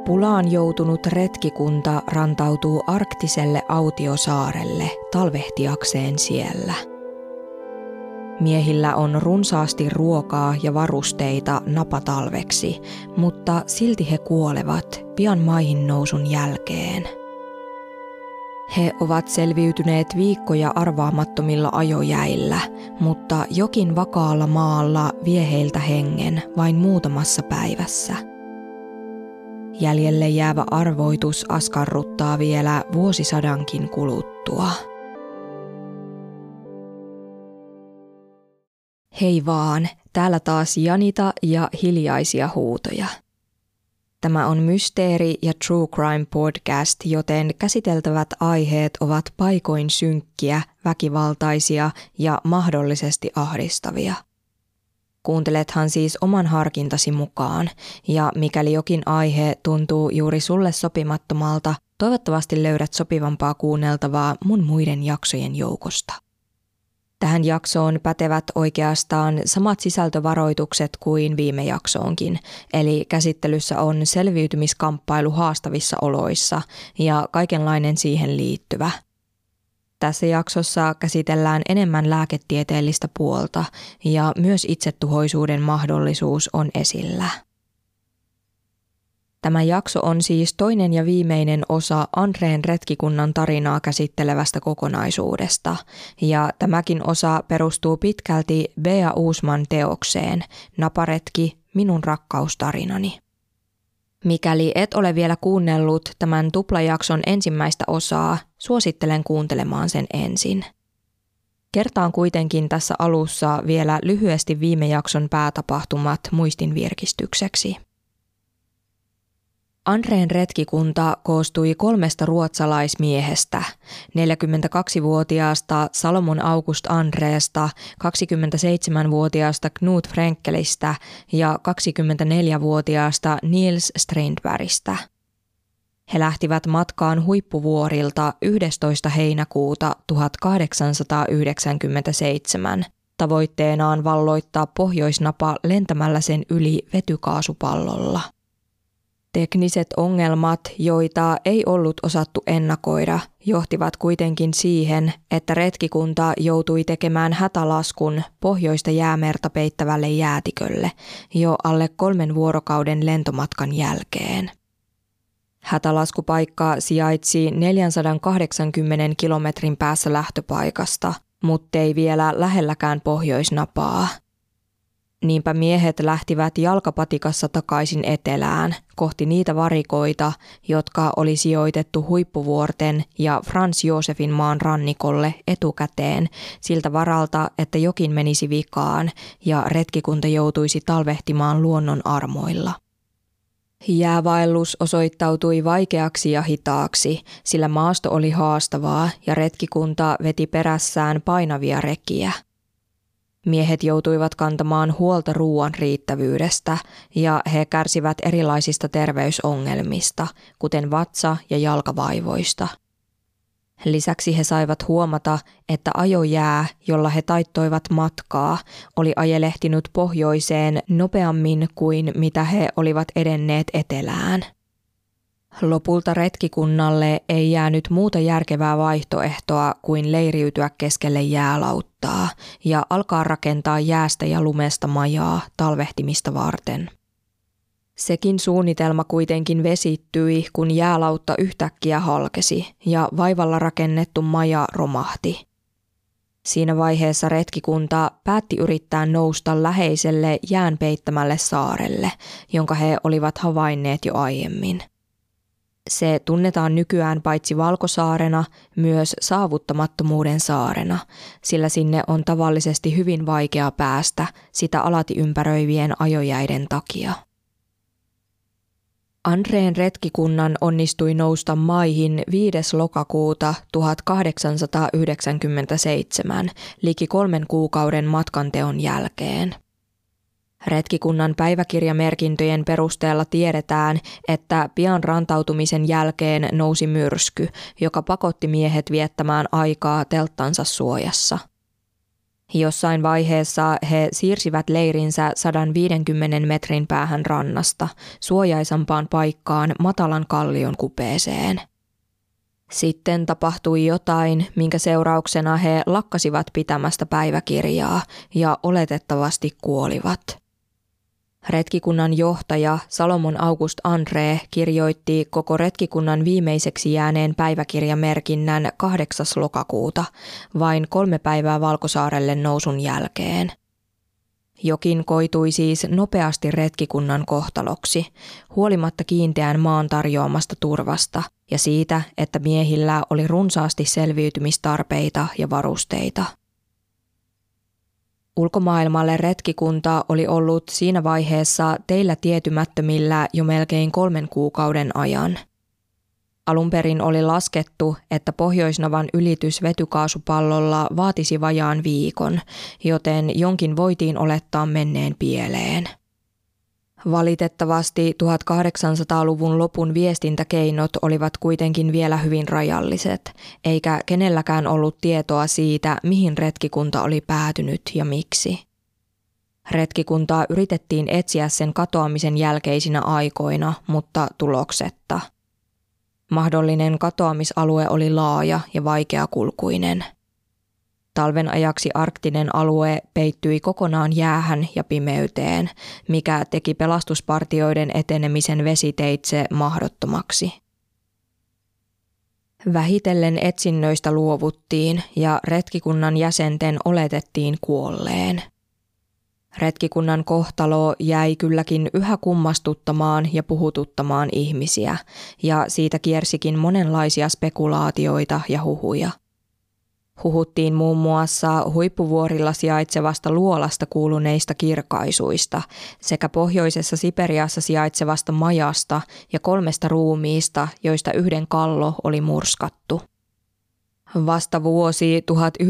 Pulaan joutunut retkikunta rantautuu arktiselle autiosaarelle talvehtiakseen siellä. Miehillä on runsaasti ruokaa ja varusteita napatalveksi, mutta silti he kuolevat pian maihin nousun jälkeen. He ovat selviytyneet viikkoja arvaamattomilla ajojäillä, mutta jokin vakaalla maalla vie heiltä hengen vain muutamassa päivässä. Jäljelle jäävä arvoitus askarruttaa vielä vuosisadankin kuluttua. Hei vaan, täällä taas Janita ja hiljaisia huutoja. Tämä on mysteeri- ja true crime podcast, joten käsiteltävät aiheet ovat paikoin synkkiä, väkivaltaisia ja mahdollisesti ahdistavia. Kuuntelethan siis oman harkintasi mukaan, ja mikäli jokin aihe tuntuu juuri sulle sopimattomalta, toivottavasti löydät sopivampaa kuunneltavaa mun muiden jaksojen joukosta. Tähän jaksoon pätevät oikeastaan samat sisältövaroitukset kuin viime jaksoonkin, eli käsittelyssä on selviytymiskamppailu haastavissa oloissa ja kaikenlainen siihen liittyvä. Tässä jaksossa käsitellään enemmän lääketieteellistä puolta ja myös itsetuhoisuuden mahdollisuus on esillä. Tämä jakso on siis toinen ja viimeinen osa Andreen retkikunnan tarinaa käsittelevästä kokonaisuudesta, ja tämäkin osa perustuu pitkälti Bea Uusman teokseen Naparetki, minun rakkaustarinani. Mikäli et ole vielä kuunnellut tämän tuplajakson ensimmäistä osaa, suosittelen kuuntelemaan sen ensin. Kertaan kuitenkin tässä alussa vielä lyhyesti viime jakson päätapahtumat muistin virkistykseksi. Andreen retkikunta koostui 3 ruotsalaismiehestä, 42-vuotiaasta Salomon August Andreesta, 27-vuotiaasta Knut Frenkelistä ja 24-vuotiaasta Niels Strindbergistä. He lähtivät matkaan huippuvuorilta 11. heinäkuuta 1897, tavoitteenaan valloittaa Pohjoisnapa lentämällä sen yli vetykaasupallolla. Tekniset ongelmat, joita ei ollut osattu ennakoida, johtivat kuitenkin siihen, että retkikunta joutui tekemään hätälaskun pohjoista jäämerta peittävälle jäätikölle jo alle 3 vuorokauden lentomatkan jälkeen. Hätälaskupaikka sijaitsi 480 kilometrin päässä lähtöpaikasta, muttei vielä lähelläkään Pohjoisnapaa. Niinpä miehet lähtivät jalkapatikassa takaisin etelään, kohti niitä varikoita, jotka oli sijoitettu Huippuvuorten ja Frans Josefin maan rannikolle etukäteen siltä varalta, että jokin menisi vikaan ja retkikunta joutuisi talvehtimaan luonnon armoilla. Jäävaellus osoittautui vaikeaksi ja hitaaksi, sillä maasto oli haastavaa ja retkikunta veti perässään painavia rekiä. Miehet joutuivat kantamaan huolta ruoan riittävyydestä ja he kärsivät erilaisista terveysongelmista, kuten vatsa- ja jalkavaivoista. Lisäksi he saivat huomata, että ajojää, jolla he taittoivat matkaa, oli ajelehtinut pohjoiseen nopeammin kuin mitä he olivat edenneet etelään. Lopulta retkikunnalle ei jäänyt muuta järkevää vaihtoehtoa kuin leiriytyä keskelle jäälauttaa ja alkaa rakentaa jäästä ja lumesta majaa talvehtimista varten. Sekin suunnitelma kuitenkin vesittyi, kun jäälautta yhtäkkiä halkesi ja vaivalla rakennettu maja romahti. Siinä vaiheessa retkikunta päätti yrittää nousta läheiselle jään peittämälle saarelle, jonka he olivat havainneet jo aiemmin. Se tunnetaan nykyään paitsi Valkosaarena, myös saavuttamattomuuden saarena, sillä sinne on tavallisesti hyvin vaikea päästä sitä alati ympäröivien ajojäiden takia. Andreen retkikunnan onnistui nousta maihin 5. lokakuuta 1897, liki 3 kuukauden matkanteon jälkeen. Retkikunnan päiväkirjamerkintöjen perusteella tiedetään, että pian rantautumisen jälkeen nousi myrsky, joka pakotti miehet viettämään aikaa telttansa suojassa. Jossain vaiheessa he siirsivät leirinsä 150 metrin päähän rannasta suojaisampaan paikkaan matalan kallion kupeeseen. Sitten tapahtui jotain, minkä seurauksena he lakkasivat pitämästä päiväkirjaa ja oletettavasti kuolivat. Retkikunnan johtaja Salomon August André kirjoitti koko retkikunnan viimeiseksi jääneen päiväkirjamerkinnän 8. lokakuuta, vain 3 päivää Valkosaarelle nousun jälkeen. Jokin koitui siis nopeasti retkikunnan kohtaloksi, huolimatta kiinteän maan tarjoamasta turvasta ja siitä, että miehillä oli runsaasti selviytymistarpeita ja varusteita. Ulkomaailmalle retkikunta oli ollut siinä vaiheessa teillä tietymättömillä jo melkein 3 kuukauden ajan. Alun perin oli laskettu, että Pohjoisnavan ylitys vetykaasupallolla vaatisi vajaan viikon, joten jonkin voitiin olettaa menneen pieleen. Valitettavasti 1800-luvun lopun viestintäkeinot olivat kuitenkin vielä hyvin rajalliset, eikä kenelläkään ollut tietoa siitä, mihin retkikunta oli päätynyt ja miksi. Retkikuntaa yritettiin etsiä sen katoamisen jälkeisinä aikoina, mutta tuloksetta. Mahdollinen katoamisalue oli laaja ja vaikeakulkuinen. Talven ajaksi arktinen alue peittyi kokonaan jäähän ja pimeyteen, mikä teki pelastuspartioiden etenemisen vesiteitse mahdottomaksi. Vähitellen etsinnöistä luovuttiin ja retkikunnan jäsenten oletettiin kuolleen. Retkikunnan kohtalo jäi kylläkin yhä kummastuttamaan ja puhututtamaan ihmisiä, ja siitä kiersikin monenlaisia spekulaatioita ja huhuja. Huhuttiin muun muassa huippuvuorilla sijaitsevasta luolasta kuuluneista kirkaisuista sekä pohjoisessa Siperiassa sijaitsevasta majasta ja 3 ruumiista, joista 1 kallo oli murskattu. Vasta vuosi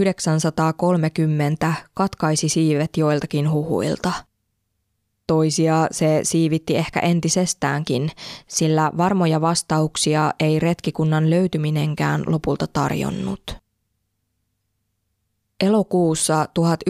1930 katkaisi siivet joiltakin huhuilta. Toisia se siivitti ehkä entisestäänkin, sillä varmoja vastauksia ei retkikunnan löytyminenkään lopulta tarjonnut. Elokuussa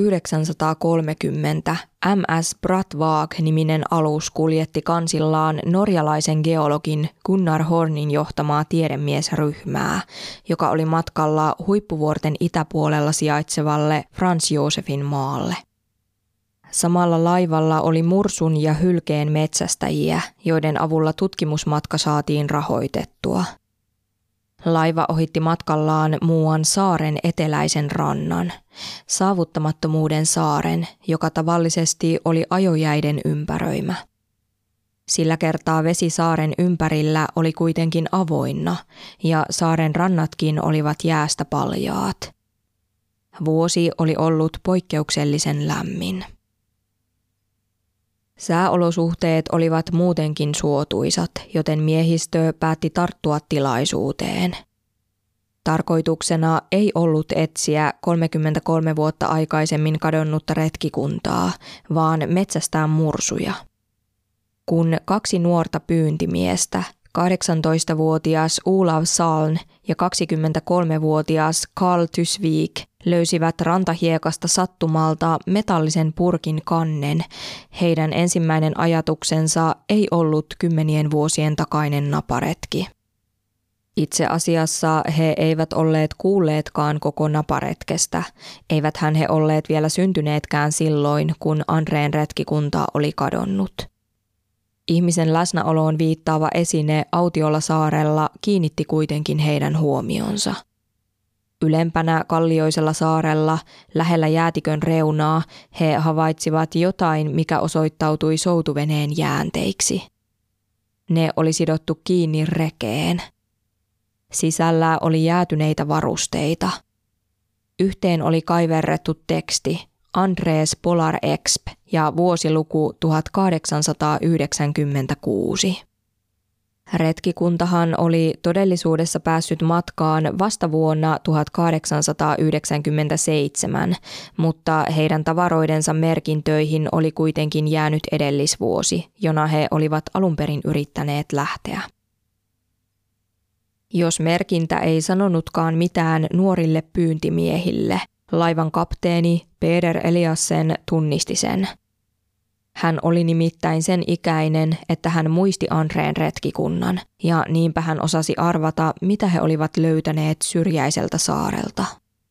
1930 MS Bratvaag-niminen alus kuljetti kansillaan norjalaisen geologin Gunnar Hornin johtamaa tiedemiesryhmää, joka oli matkalla huippuvuorten itäpuolella sijaitsevalle Frans Josefin maalle. Samalla laivalla oli mursun ja hylkeen metsästäjiä, joiden avulla tutkimusmatka saatiin rahoitettua. Laiva ohitti matkallaan muuan saaren eteläisen rannan, saavuttamattomuuden saaren, joka tavallisesti oli ajojäiden ympäröimä. Sillä kertaa vesi saaren ympärillä oli kuitenkin avoinna ja saaren rannatkin olivat jäästä paljaat. Vuosi oli ollut poikkeuksellisen lämmin. Sääolosuhteet olivat muutenkin suotuisat, joten miehistö päätti tarttua tilaisuuteen. Tarkoituksena ei ollut etsiä 33 vuotta aikaisemmin kadonnutta retkikuntaa, vaan metsästää mursuja. Kun 2 nuorta pyyntimiestä, 18-vuotias Olav Saln ja 23-vuotias Carl Tysvik löysivät rantahiekasta sattumalta metallisen purkin kannen, heidän ensimmäinen ajatuksensa ei ollut 10 vuosien takainen naparetki. Itse asiassa he eivät olleet kuulleetkaan koko naparetkestä, eiväthän he olleet vielä syntyneetkään silloin, kun Andreen retkikunta oli kadonnut. Ihmisen läsnäoloon viittaava esine autiolla saarella kiinnitti kuitenkin heidän huomionsa. Ylempänä kallioisella saarella, lähellä jäätikön reunaa, he havaitsivat jotain, mikä osoittautui soutuveneen jäänteiksi. Ne oli sidottu kiinni rekeen. Sisällä oli jäätyneitä varusteita. Yhteen oli kaiverrettu teksti Andrees Polar Exp ja vuosiluku 1896. Retkikuntahan oli todellisuudessa päässyt matkaan vasta vuonna 1897, mutta heidän tavaroidensa merkintöihin oli kuitenkin jäänyt edellisvuosi, jona he olivat alun perin yrittäneet lähteä. Jos merkintä ei sanonutkaan mitään nuorille pyyntimiehille, Laivan kapteeni Peder Eliassen tunnisti sen. Hän oli nimittäin sen ikäinen, että hän muisti Andreen retkikunnan, ja niinpä hän osasi arvata, mitä he olivat löytäneet syrjäiseltä saarelta.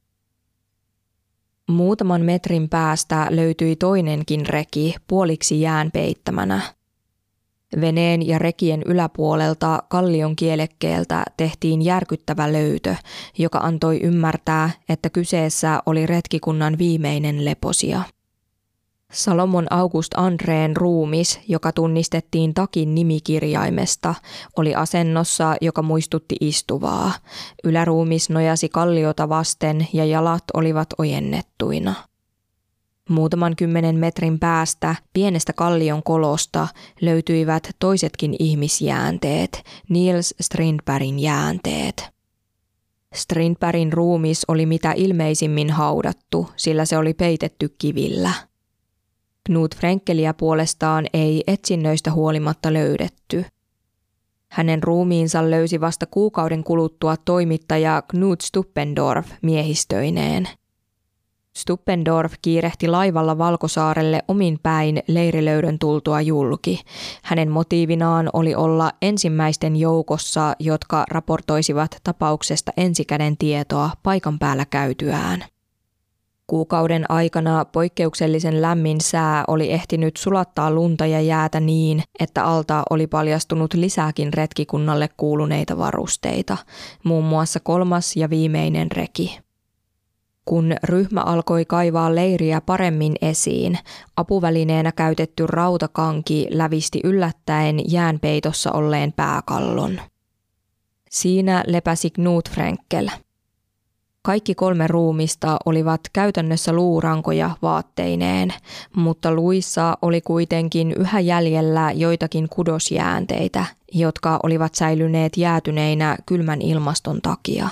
Muutaman metrin päästä löytyi toinenkin reki puoliksi jään peittämänä. Veneen ja rekien yläpuolelta kallion kielekkeeltä tehtiin järkyttävä löytö, joka antoi ymmärtää, että kyseessä oli retkikunnan viimeinen leposija. Salomon August Andreen ruumis, joka tunnistettiin takin nimikirjaimesta, oli asennossa, joka muistutti istuvaa. Yläruumis nojasi kalliota vasten ja jalat olivat ojennettuina. Muutaman 10 metrin päästä pienestä kallion kolosta löytyivät toisetkin ihmisjäänteet, Niels Strindbergin jäänteet. Strindbergin ruumis oli mitä ilmeisimmin haudattu, sillä se oli peitetty kivillä. Knut Frankkelia puolestaan ei etsinnöistä huolimatta löydetty. Hänen ruumiinsa löysi vasta kuukauden kuluttua toimittaja Knut Stuppendorf miehistöineen. Stuppendorf kiirehti laivalla Valkosaarelle omin päin leirilöydön tultua julki. Hänen motiivinaan oli olla ensimmäisten joukossa, jotka raportoisivat tapauksesta ensikäden tietoa paikan päällä käytyään. Kuukauden aikana poikkeuksellisen lämmin sää oli ehtinyt sulattaa lunta ja jäätä niin, että alta oli paljastunut lisääkin retkikunnalle kuuluneita varusteita, muun muassa 3. ja viimeinen reki. Kun ryhmä alkoi kaivaa leiriä paremmin esiin, apuvälineenä käytetty rautakanki lävisti yllättäen jäänpeitossa olleen pääkallon. Siinä lepäsi Knut Frankkel. Kaikki 3 ruumista olivat käytännössä luurankoja vaatteineen, mutta luissa oli kuitenkin yhä jäljellä joitakin kudosjäänteitä, jotka olivat säilyneet jäätyneinä kylmän ilmaston takia.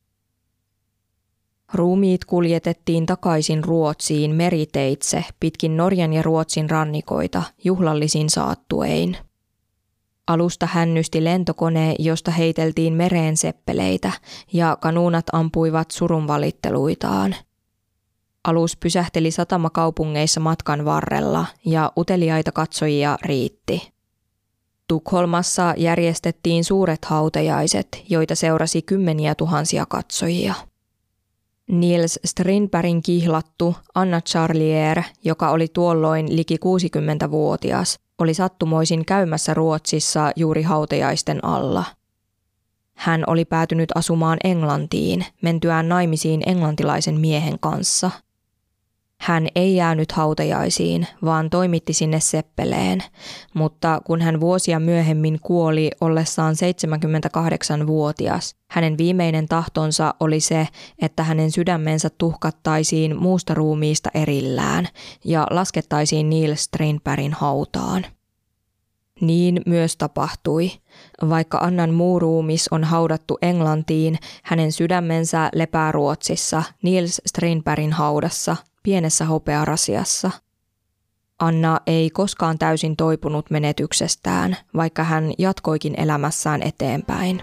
Ruumiit kuljetettiin takaisin Ruotsiin meriteitse pitkin Norjan ja Ruotsin rannikoita juhlallisin saattuein. Alusta hännysti lentokone, josta heiteltiin mereen seppeleitä ja kanuunat ampuivat surunvalitteluitaan. Alus pysähteli satamakaupungeissa matkan varrella ja uteliaita katsojia riitti. Tukholmassa järjestettiin suuret hautajaiset, joita seurasi 10 000 katsojia. Niels Strindbergin kihlattu Anna Charlier, joka oli tuolloin liki 60-vuotias, oli sattumoisin käymässä Ruotsissa juuri hautajaisten alla. Hän oli päätynyt asumaan Englantiin, mentyään naimisiin englantilaisen miehen kanssa. Hän ei jäänyt hautajaisiin, vaan toimitti sinne seppeleen, mutta kun hän vuosia myöhemmin kuoli ollessaan 78-vuotias, hänen viimeinen tahtonsa oli se, että hänen sydämensä tuhkattaisiin muusta ruumiista erillään ja laskettaisiin Niels Strindbergin hautaan. Niin myös tapahtui. Vaikka Annan muu ruumis on haudattu Englantiin, hänen sydämensä lepää Ruotsissa, Niels Strindbergin haudassa, pienessä hopearasiassa. Anna ei koskaan täysin toipunut menetyksestään, vaikka hän jatkoikin elämässään eteenpäin.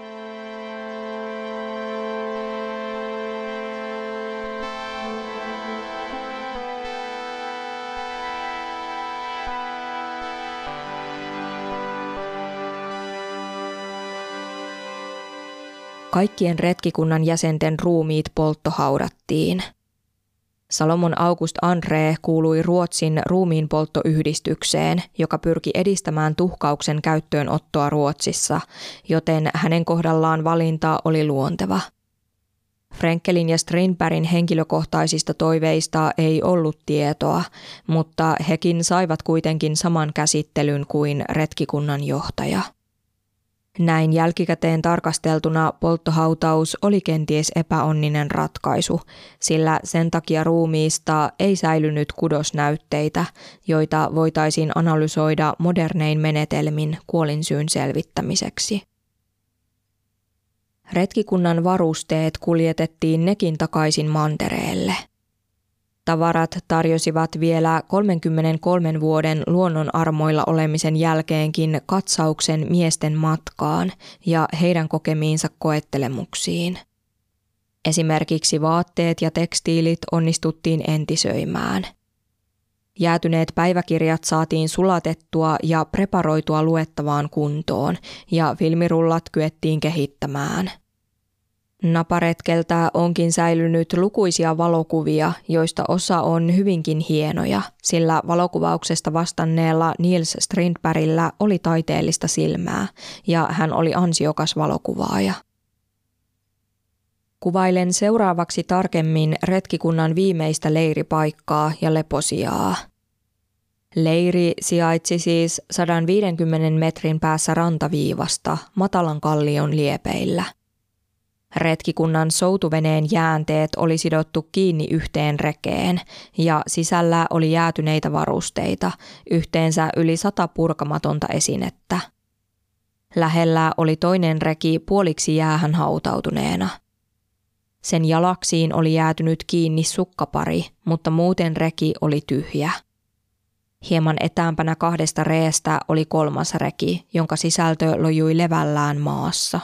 Kaikkien retkikunnan jäsenten ruumiit polttohaudattiin. Salomon August André kuului Ruotsin ruumiinpolttoyhdistykseen, joka pyrki edistämään tuhkauksen käyttöönottoa Ruotsissa, joten hänen kohdallaan valinta oli luonteva. Frankkelin ja Strindbergin henkilökohtaisista toiveista ei ollut tietoa, mutta hekin saivat kuitenkin saman käsittelyn kuin retkikunnan johtaja. Näin jälkikäteen tarkasteltuna polttohautaus oli kenties epäonninen ratkaisu, sillä sen takia ruumiista ei säilynyt kudosnäytteitä, joita voitaisiin analysoida modernein menetelmin kuolinsyyn selvittämiseksi. Retkikunnan varusteet kuljetettiin nekin takaisin mantereelle. Tavarat tarjosivat vielä 33 vuoden luonnon armoilla olemisen jälkeenkin katsauksen miesten matkaan ja heidän kokemiinsa koettelemuksiin. Esimerkiksi vaatteet ja tekstiilit onnistuttiin entisöimään. Jäätyneet päiväkirjat saatiin sulatettua ja preparoitua luettavaan kuntoon, ja filmirullat kyettiin kehittämään. Naparetkeltä onkin säilynyt lukuisia valokuvia, joista osa on hyvinkin hienoja, sillä valokuvauksesta vastanneella Niels Strindbergillä oli taiteellista silmää, ja hän oli ansiokas valokuvaaja. Kuvailen seuraavaksi tarkemmin retkikunnan viimeistä leiripaikkaa ja leposijaa. Leiri sijaitsi siis 150 metrin päässä rantaviivasta matalan kallion liepeillä. Retkikunnan soutuveneen jäänteet oli sidottu kiinni yhteen rekeen ja sisällä oli jäätyneitä varusteita, yhteensä yli 100 purkamatonta esinettä. Lähellä oli toinen reki puoliksi jäähän hautautuneena. Sen jalaksiin oli jäätynyt kiinni sukkapari, mutta muuten reki oli tyhjä. Hieman etäämpänä 2 reestä oli 3. reki, jonka sisältö lojui levällään maassa.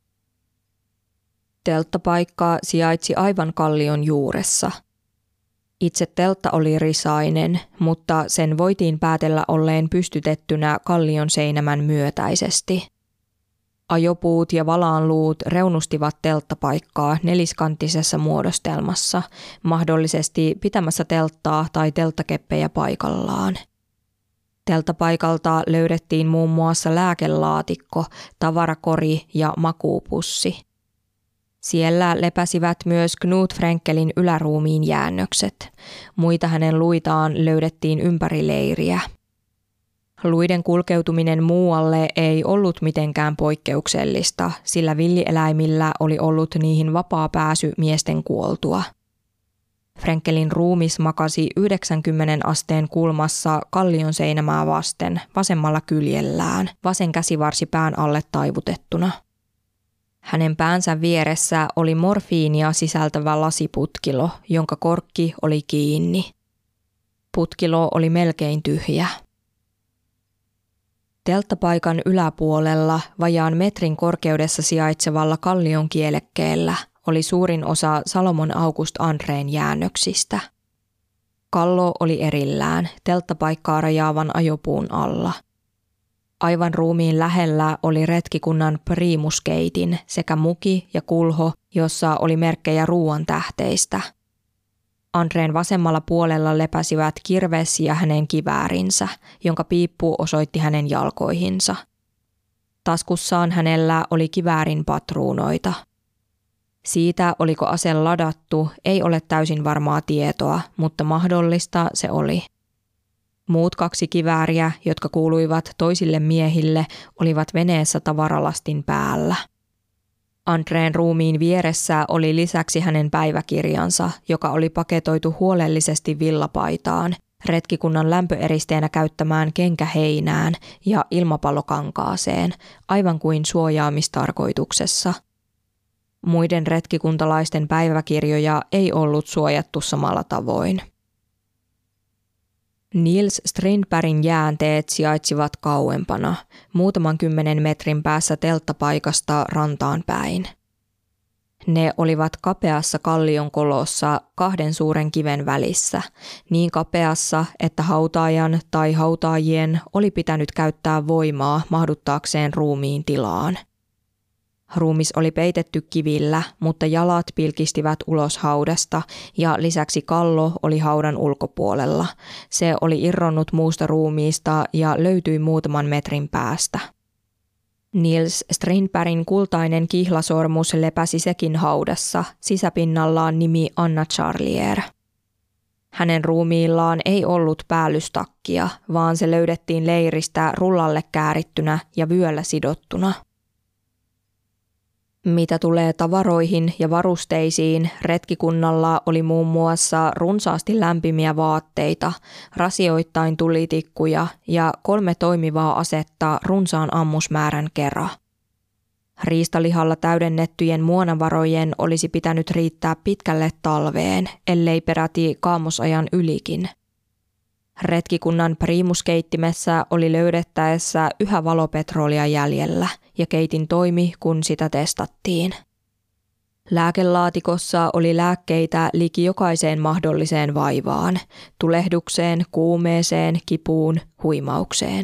Telttapaikka sijaitsi aivan kallion juuressa. Itse teltta oli risainen, mutta sen voitiin päätellä olleen pystytettynä kallion seinämän myötäisesti. Ajopuut ja valaanluut reunustivat telttapaikkaa neliskanttisessa muodostelmassa, mahdollisesti pitämässä telttaa tai telttakeppejä paikallaan. Telttapaikalta löydettiin muun muassa lääkelaatikko, tavarakori ja makuupussi. Siellä lepäsivät myös Knut Frenkelin yläruumiin jäännökset. Muita hänen luitaan löydettiin ympäri leiriä. Luiden kulkeutuminen muualle ei ollut mitenkään poikkeuksellista, sillä villieläimillä oli ollut niihin vapaa pääsy miesten kuoltua. Frenkelin ruumis makasi 90 asteen kulmassa kallion seinämää vasten vasemmalla kyljellään, vasen käsivarsi pään alle taivutettuna. Hänen päänsä vieressä oli morfiinia sisältävä lasiputkilo, jonka korkki oli kiinni. Putkilo oli melkein tyhjä. Telttapaikan yläpuolella vajaan metrin korkeudessa sijaitsevalla kallion kielekkeellä oli suurin osa Salomon August Andrén jäännöksistä. Kallo oli erillään telttapaikkaa rajaavan ajopuun alla. Aivan ruumiin lähellä oli retkikunnan priimuskeitin sekä muki ja kulho, jossa oli merkkejä ruuan tähteistä. Andrén vasemmalla puolella lepäsivät kirves ja hänen kiväärinsä, jonka piippu osoitti hänen jalkoihinsa. Taskussaan hänellä oli kiväärin patruunoita. Siitä, oliko ase ladattu, ei ole täysin varmaa tietoa, mutta mahdollista se oli. Muut 2 kivääriä, jotka kuuluivat toisille miehille, olivat veneessä tavaralastin päällä. Andrén ruumiin vieressä oli lisäksi hänen päiväkirjansa, joka oli paketoitu huolellisesti villapaitaan, retkikunnan lämpöeristeenä käyttämään kenkäheinään ja ilmapallokankaaseen, aivan kuin suojaamistarkoituksessa. Muiden retkikuntalaisten päiväkirjoja ei ollut suojattu samalla tavoin. Niels Strindbergin jäänteet sijaitsivat kauempana, muutaman 10 metrin päässä telttapaikasta rantaan päin. Ne olivat kapeassa kallion kolossa 2 suuren kiven välissä, niin kapeassa, että hautaajan tai hautaajien oli pitänyt käyttää voimaa mahduttaakseen ruumiin tilaan. Ruumis oli peitetty kivillä, mutta jalat pilkistivät ulos haudasta ja lisäksi kallo oli haudan ulkopuolella. Se oli irronnut muusta ruumiista ja löytyi muutaman metrin päästä. Niels Strindbergin kultainen kihlasormus lepäsi sekin haudassa, sisäpinnallaan nimi Anna Charlier. Hänen ruumiillaan ei ollut päällystakkia, vaan se löydettiin leiristä rullalle käärittynä ja vyöllä sidottuna. Mitä tulee tavaroihin ja varusteisiin, retkikunnalla oli muun muassa runsaasti lämpimiä vaatteita, rasioittain tulitikkuja ja 3 toimivaa asetta runsaan ammusmäärän kera. Riistalihalla täydennettyjen muonavarojen olisi pitänyt riittää pitkälle talveen, ellei peräti kaamosajan ylikin. Retkikunnan priimuskeittimessä oli löydettäessä yhä valopetrolia jäljellä ja keitin toimi, kun sitä testattiin. Lääkelaatikossa oli lääkkeitä liki jokaiseen mahdolliseen vaivaan, tulehdukseen, kuumeeseen, kipuun, huimaukseen.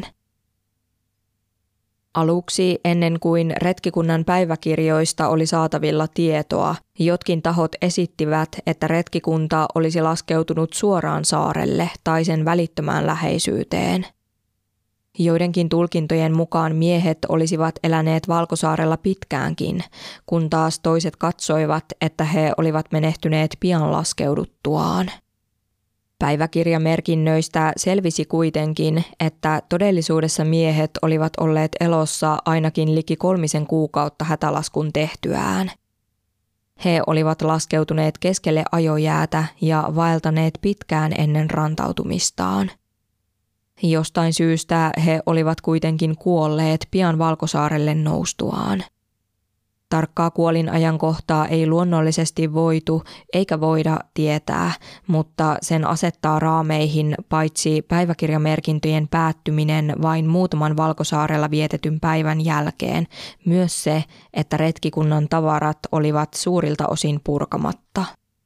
Aluksi, ennen kuin retkikunnan päiväkirjoista oli saatavilla tietoa, jotkin tahot esittivät, että retkikunta olisi laskeutunut suoraan saarelle tai sen välittömään läheisyyteen. Joidenkin tulkintojen mukaan miehet olisivat eläneet Valkosaarella pitkäänkin, kun taas toiset katsoivat, että he olivat menehtyneet pian laskeuduttuaan. Päiväkirjamerkinnöistä selvisi kuitenkin, että todellisuudessa miehet olivat olleet elossa ainakin liki 3 kuukautta hätälaskun tehtyään. He olivat laskeutuneet keskelle ajojäätä ja vaeltaneet pitkään ennen rantautumistaan. Jostain syystä he olivat kuitenkin kuolleet pian Valkosaarelle noustuaan. Tarkkaa kuolinajankohtaa ei luonnollisesti voitu eikä voida tietää, mutta sen asettaa raameihin paitsi päiväkirjamerkintöjen päättyminen vain muutaman Valkosaarella vietetyn päivän jälkeen, myös se, että retkikunnan tavarat olivat suurilta osin purkamatta.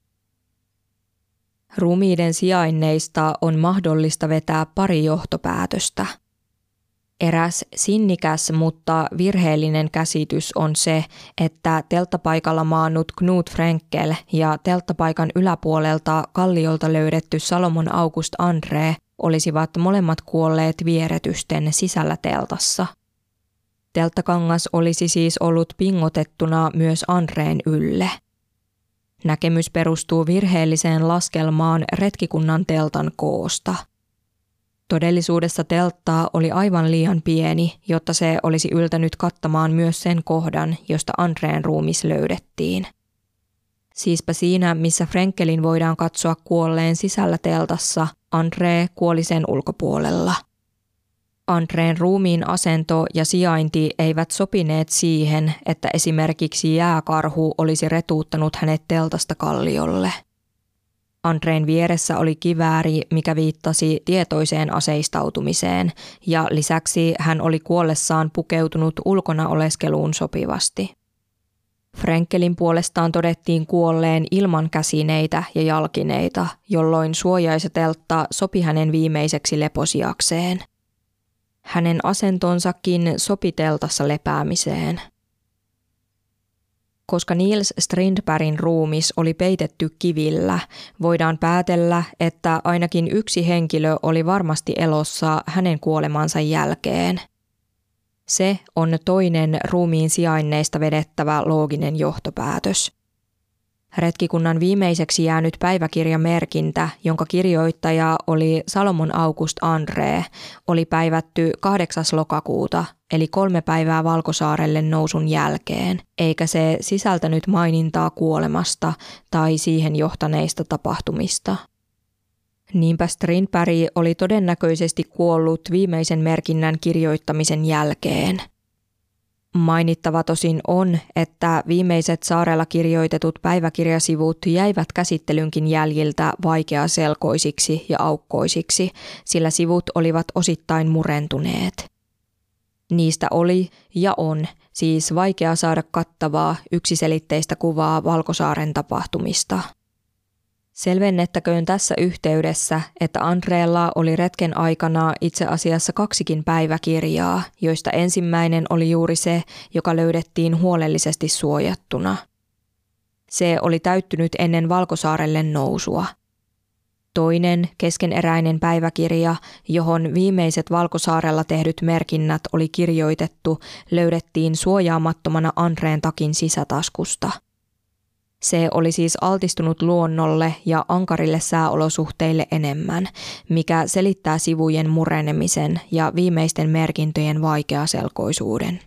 Ruumiiden sijainneista on mahdollista vetää pari johtopäätöstä. Eräs sinnikäs, mutta virheellinen käsitys on se, että telttapaikalla maannut Knut Frenkel ja telttapaikan yläpuolelta kalliolta löydetty Salomon August André olisivat molemmat kuolleet vieretysten sisällä teltassa. Telttakangas olisi siis ollut pingotettuna myös Andreen ylle. Näkemys perustuu virheelliseen laskelmaan retkikunnan teltan koosta. Todellisuudessa teltta oli aivan liian pieni, jotta se olisi yltänyt kattamaan myös sen kohdan, josta Andreen ruumis löydettiin. Siispä siinä, missä Frenkelin voidaan katsoa kuolleen sisällä teltassa, André kuoli sen ulkopuolella. Andreen ruumiin asento ja sijainti eivät sopineet siihen, että esimerkiksi jääkarhu olisi retuuttanut hänet teltasta kalliolle. Andreen vieressä oli kivääri, mikä viittasi tietoiseen aseistautumiseen, ja lisäksi hän oli kuollessaan pukeutunut ulkona oleskeluun sopivasti. Frenkelin puolestaan todettiin kuolleen ilman käsineitä ja jalkineita, jolloin suojaisateltta sopi hänen viimeiseksi leposijakseen. Hänen asentonsakin sopi teltassa lepäämiseen. Koska Niels Strindbergin ruumis oli peitetty kivillä, voidaan päätellä, että ainakin yksi henkilö oli varmasti elossa hänen kuolemansa jälkeen. Se on toinen ruumiin sijainneista vedettävä looginen johtopäätös. Retkikunnan viimeiseksi jäänyt päiväkirjamerkintä, jonka kirjoittaja oli Salomon August André, oli päivätty 8. lokakuuta, eli 3 päivää Valkosaarelle nousun jälkeen, eikä se sisältänyt mainintaa kuolemasta tai siihen johtaneista tapahtumista. Niinpä Strindberg oli todennäköisesti kuollut viimeisen merkinnän kirjoittamisen jälkeen. Mainittava tosin on, että viimeiset saarella kirjoitetut päiväkirjasivut jäivät käsittelynkin jäljiltä vaikeaselkoisiksi ja aukkoisiksi, sillä sivut olivat osittain murentuneet. Niistä oli ja on siis vaikea saada kattavaa, yksiselitteistä kuvaa Valkosaaren tapahtumista. Selvennettäköön tässä yhteydessä, että Andreella oli retken aikana itse asiassa 2 päiväkirjaa, joista ensimmäinen oli juuri se, joka löydettiin huolellisesti suojattuna. Se oli täyttynyt ennen Valkosaarelle nousua. Toinen keskeneräinen päiväkirja, johon viimeiset Valkosaarella tehdyt merkinnät oli kirjoitettu, löydettiin suojaamattomana Andreen takin sisätaskusta. Se oli siis altistunut luonnolle ja ankarille sääolosuhteille enemmän, mikä selittää sivujen murenemisen ja viimeisten merkintöjen vaikeaselkoisuuden.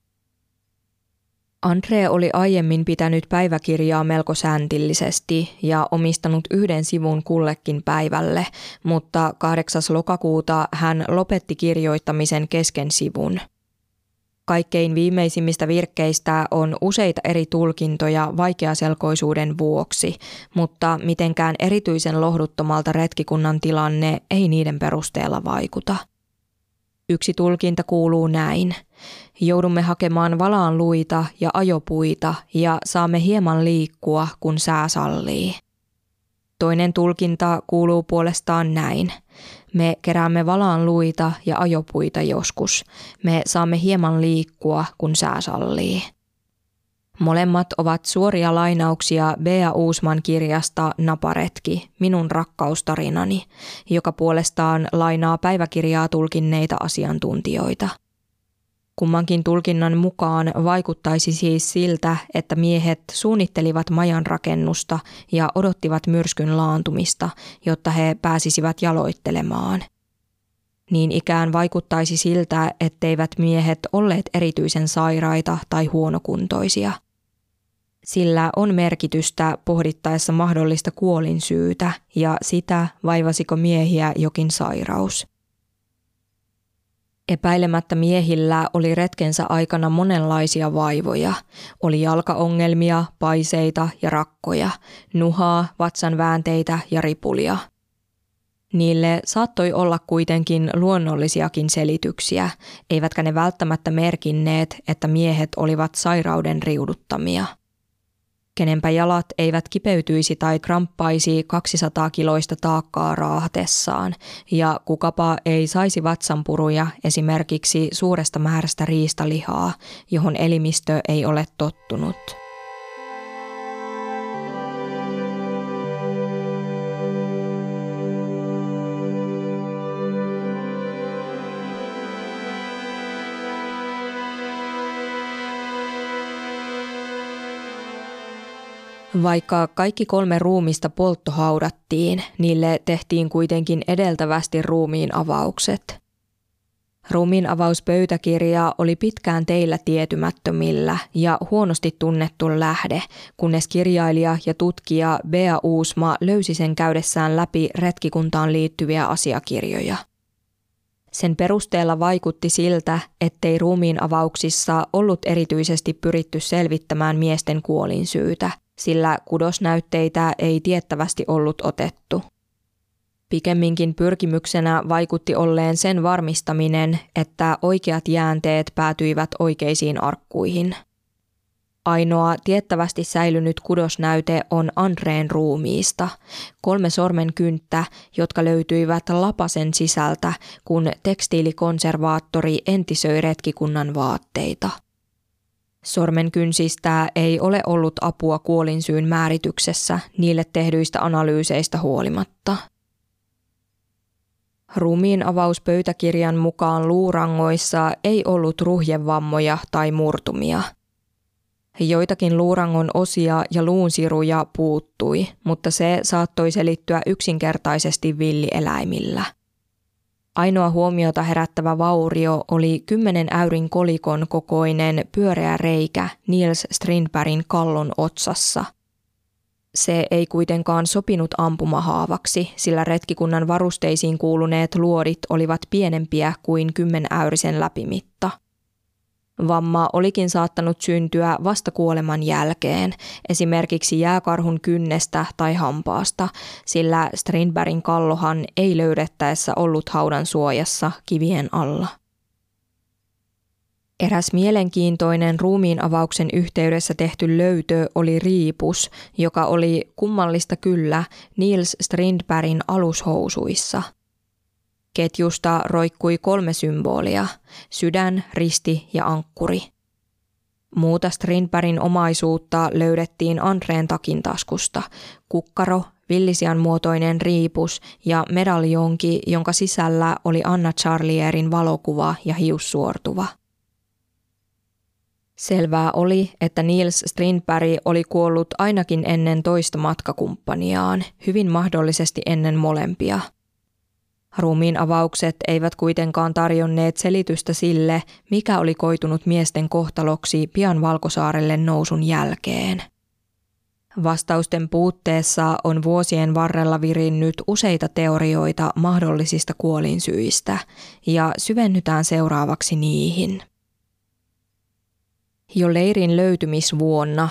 André oli aiemmin pitänyt päiväkirjaa melko säntillisesti ja omistanut 1 sivun kullekin päivälle, mutta 8. lokakuuta hän lopetti kirjoittamisen kesken sivun. Kaikkein viimeisimmistä virkkeistä on useita eri tulkintoja vaikeaselkoisuuden vuoksi, mutta mitenkään erityisen lohduttomalta retkikunnan tilanne ei niiden perusteella vaikuta. Yksi tulkinta kuuluu näin. Joudumme hakemaan valaanluita ja ajopuita ja saamme hieman liikkua, kun sää sallii. Toinen tulkinta kuuluu puolestaan näin. Me keräämme valaanluita ja ajopuita joskus. Me saamme hieman liikkua, kun sää sallii. Molemmat ovat suoria lainauksia Bea Uusman kirjasta Naparetki, minun rakkaustarinani, joka puolestaan lainaa päiväkirjaa tulkinneita asiantuntijoita. Kummankin tulkinnan mukaan vaikuttaisi siis siltä, että miehet suunnittelivat majan rakennusta ja odottivat myrskyn laantumista, jotta he pääsisivät jaloittelemaan. Niin ikään vaikuttaisi siltä, etteivät miehet olleet erityisen sairaita tai huonokuntoisia. Sillä on merkitystä pohdittaessa mahdollista kuolinsyytä ja sitä, vaivasiko miehiä jokin sairaus. Epäilemättä miehillä oli retkensä aikana monenlaisia vaivoja. Oli jalkaongelmia, paiseita ja rakkoja, nuhaa, vatsan väänteitä ja ripulia. Niille saattoi olla kuitenkin luonnollisiakin selityksiä, eivätkä ne välttämättä merkinneet, että miehet olivat sairauden riuduttamia. Kenenpä jalat eivät kipeytyisi tai kramppaisi 200 kiloista taakkaa raahatessaan, ja kukapa ei saisi vatsanpuruja esimerkiksi suuresta määrästä riistalihaa, johon elimistö ei ole tottunut. Vaikka kaikki 3 ruumista polttohaudattiin, niille tehtiin kuitenkin edeltävästi ruumiin avaukset. Ruumiin avauspöytäkirja oli pitkään teillä tietymättömillä ja huonosti tunnettu lähde, kunnes kirjailija ja tutkija Bea Uusma löysi sen käydessään läpi retkikuntaan liittyviä asiakirjoja. Sen perusteella vaikutti siltä, ettei ruumiin avauksissa ollut erityisesti pyritty selvittämään miesten kuolinsyytä, sillä kudosnäytteitä ei tiettävästi ollut otettu. Pikemminkin pyrkimyksenä vaikutti olleen sen varmistaminen, että oikeat jäänteet päätyivät oikeisiin arkkuihin. Ainoa tiettävästi säilynyt kudosnäyte on Andreen ruumiista, 3 sormenkynttä, jotka löytyivät lapasen sisältä, kun tekstiilikonservaattori entisöi retkikunnan vaatteita. Sormenkynsistä ei ole ollut apua kuolinsyyn määrityksessä niille tehdyistä analyyseistä huolimatta. Ruumiin avauspöytäkirjan mukaan luurangoissa ei ollut ruhjevammoja tai murtumia. Joitakin luurangon osia ja luunsiruja puuttui, mutta se saattoi selittyä yksinkertaisesti villieläimillä. Ainoa huomiota herättävä vaurio oli 10 äyrin kolikon kokoinen pyöreä reikä Niels Strindbergin kallon otsassa. Se ei kuitenkaan sopinut ampumahaavaksi, sillä retkikunnan varusteisiin kuuluneet luodit olivat pienempiä kuin 10-äyrisen läpimitta. Vamma olikin saattanut syntyä vasta kuoleman jälkeen, esimerkiksi jääkarhun kynnestä tai hampaasta, sillä Strindbergin kallohan ei löydettäessä ollut haudan suojassa kivien alla. Eräs mielenkiintoinen ruumiin avauksen yhteydessä tehty löytö oli riipus, joka oli kummallista kyllä Niels Strindbergin alushousuissa. Ketjusta roikkui 3 symbolia, sydän, risti ja ankkuri. Muuta Strindbergin omaisuutta löydettiin Andreen takintaskusta, kukkaro, villisian muotoinen riipus ja medaljonki, jonka sisällä oli Anna Charlierin valokuva ja hiussuortuva. Selvää oli, että Niels Strindberg oli kuollut ainakin ennen toista matkakumppaniaan, hyvin mahdollisesti ennen molempia. Ruumiin avaukset eivät kuitenkaan tarjonneet selitystä sille, mikä oli koitunut miesten kohtaloksi pian Valkosaarelle nousun jälkeen. Vastausten puutteessa on vuosien varrella virinnyt useita teorioita mahdollisista kuolinsyistä, ja syvennytään seuraavaksi niihin. Jo leirin löytymisvuonna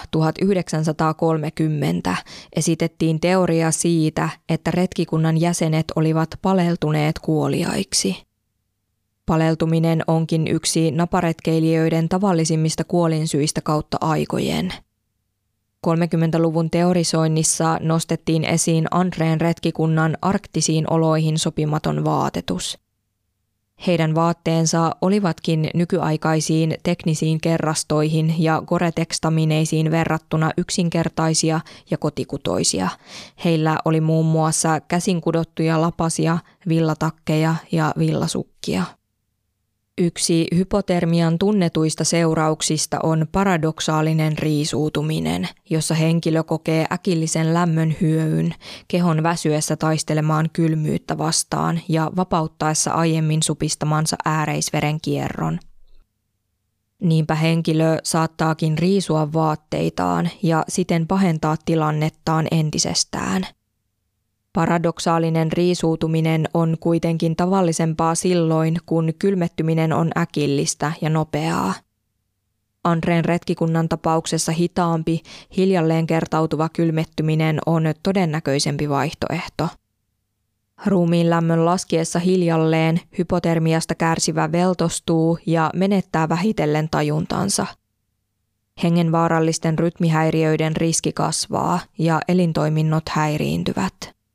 1930 esitettiin teoria siitä, että retkikunnan jäsenet olivat paleltuneet kuoliaiksi. Paleltuminen onkin yksi naparetkeilijöiden tavallisimmista kuolinsyistä kautta aikojen. 30-luvun teorisoinnissa nostettiin esiin Andreen retkikunnan arktisiin oloihin sopimaton vaatetus. Heidän vaatteensa olivatkin nykyaikaisiin teknisiin kerrastoihin ja Gore-Tex-tamineisiin verrattuna yksinkertaisia ja kotikutoisia. Heillä oli muun muassa käsin kudottuja lapasia, villatakkeja ja villasukkia. Yksi hypotermian tunnetuista seurauksista on paradoksaalinen riisuutuminen, jossa henkilö kokee äkillisen lämmön hyöyn, kehon väsyessä taistelemaan kylmyyttä vastaan ja vapauttaessa aiemmin supistamansa ääreisverenkierron. Niinpä henkilö saattaakin riisua vaatteitaan ja siten pahentaa tilannettaan entisestään. Paradoksaalinen riisuutuminen on kuitenkin tavallisempaa silloin, kun kylmettyminen on äkillistä ja nopeaa. Andreen retkikunnan tapauksessa hitaampi, hiljalleen kertautuva kylmettyminen on todennäköisempi vaihtoehto. Ruumiin lämmön laskiessa hiljalleen hypotermiasta kärsivä veltostuu ja menettää vähitellen tajuntansa. Hengenvaarallisten rytmihäiriöiden riski kasvaa ja elintoiminnot häiriintyvät.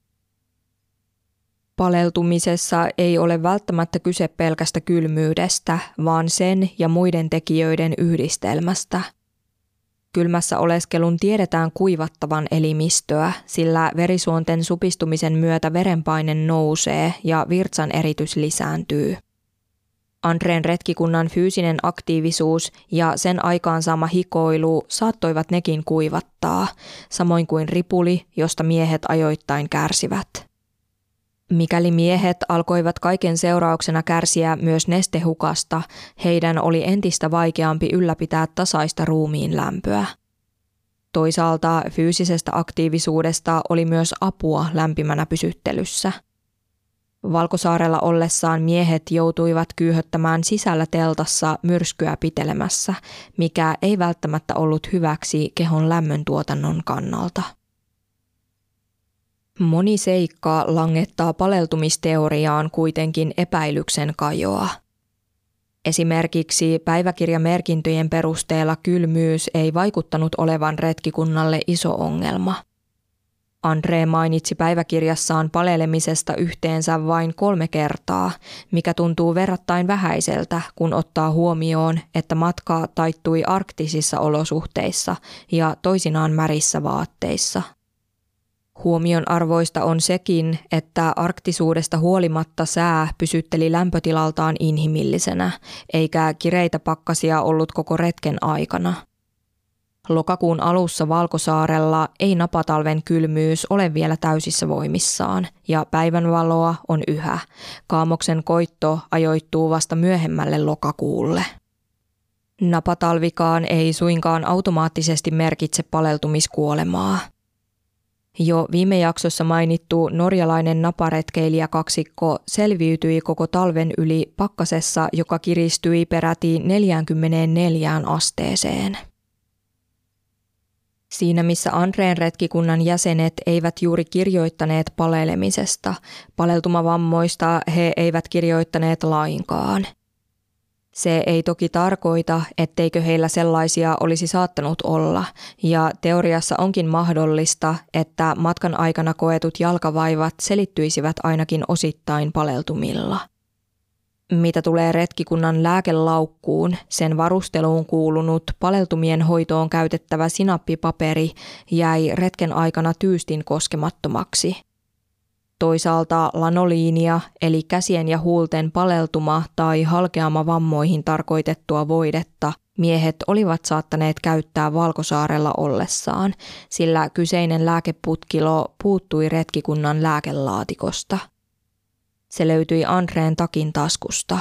Paleltumisessa ei ole välttämättä kyse pelkästä kylmyydestä, vaan sen ja muiden tekijöiden yhdistelmästä. Kylmässä oleskelun tiedetään kuivattavan elimistöä, sillä verisuonten supistumisen myötä verenpaine nousee ja virtsan eritys lisääntyy. Andreen retkikunnan fyysinen aktiivisuus ja sen aikaansaama hikoilu saattoivat nekin kuivattaa, samoin kuin ripuli, josta miehet ajoittain kärsivät. Mikäli miehet alkoivat kaiken seurauksena kärsiä myös nestehukasta, heidän oli entistä vaikeampi ylläpitää tasaista ruumiin lämpöä. Toisaalta fyysisestä aktiivisuudesta oli myös apua lämpimänä pysyttelyssä. Valkosaarella ollessaan miehet joutuivat kyyhöttämään sisällä teltassa myrskyä pitelemässä, mikä ei välttämättä ollut hyväksi kehon lämmöntuotannon kannalta. Moni seikka langettaa paleltumisteoriaan kuitenkin epäilyksen kajoa. Esimerkiksi päiväkirjamerkintöjen perusteella kylmyys ei vaikuttanut olevan retkikunnalle iso ongelma. André mainitsi päiväkirjassaan palelemisesta yhteensä vain 3 kertaa, mikä tuntuu verrattain vähäiseltä, kun ottaa huomioon, että matka taittui arktisissa olosuhteissa ja toisinaan märissä vaatteissa. Huomion arvoista on sekin, että arktisuudesta huolimatta sää pysytteli lämpötilaltaan inhimillisenä, eikä kireitä pakkasia ollut koko retken aikana. Lokakuun alussa Valkosaarella ei napatalven kylmyys ole vielä täysissä voimissaan ja päivänvaloa on yhä. Kaamoksen koitto ajoittuu vasta myöhemmälle lokakuulle. Napatalvikaan ei suinkaan automaattisesti merkitse paleltumiskuolemaa. Jo viime jaksossa mainittu norjalainen naparetkeilijäkaksikko selviytyi koko talven yli pakkasessa, joka kiristyi peräti 44 asteeseen. Siinä missä Andreen retkikunnan jäsenet eivät juuri kirjoittaneet palelemisesta, paleltumavammoista he eivät kirjoittaneet lainkaan. Se ei toki tarkoita, etteikö heillä sellaisia olisi saattanut olla, ja teoriassa onkin mahdollista, että matkan aikana koetut jalkavaivat selittyisivät ainakin osittain paleltumilla. Mitä tulee retkikunnan lääkelaukkuun, sen varusteluun kuulunut paleltumien hoitoon käytettävä sinappipaperi jäi retken aikana tyystin koskemattomaksi. Toisaalta lanoliinia eli käsien ja huulten paleltuma tai halkeama vammoihin tarkoitettua voidetta miehet olivat saattaneet käyttää Valkosaarella ollessaan, sillä kyseinen lääkeputkilo puuttui retkikunnan lääkelaatikosta. Se löytyi Andreen takin taskusta.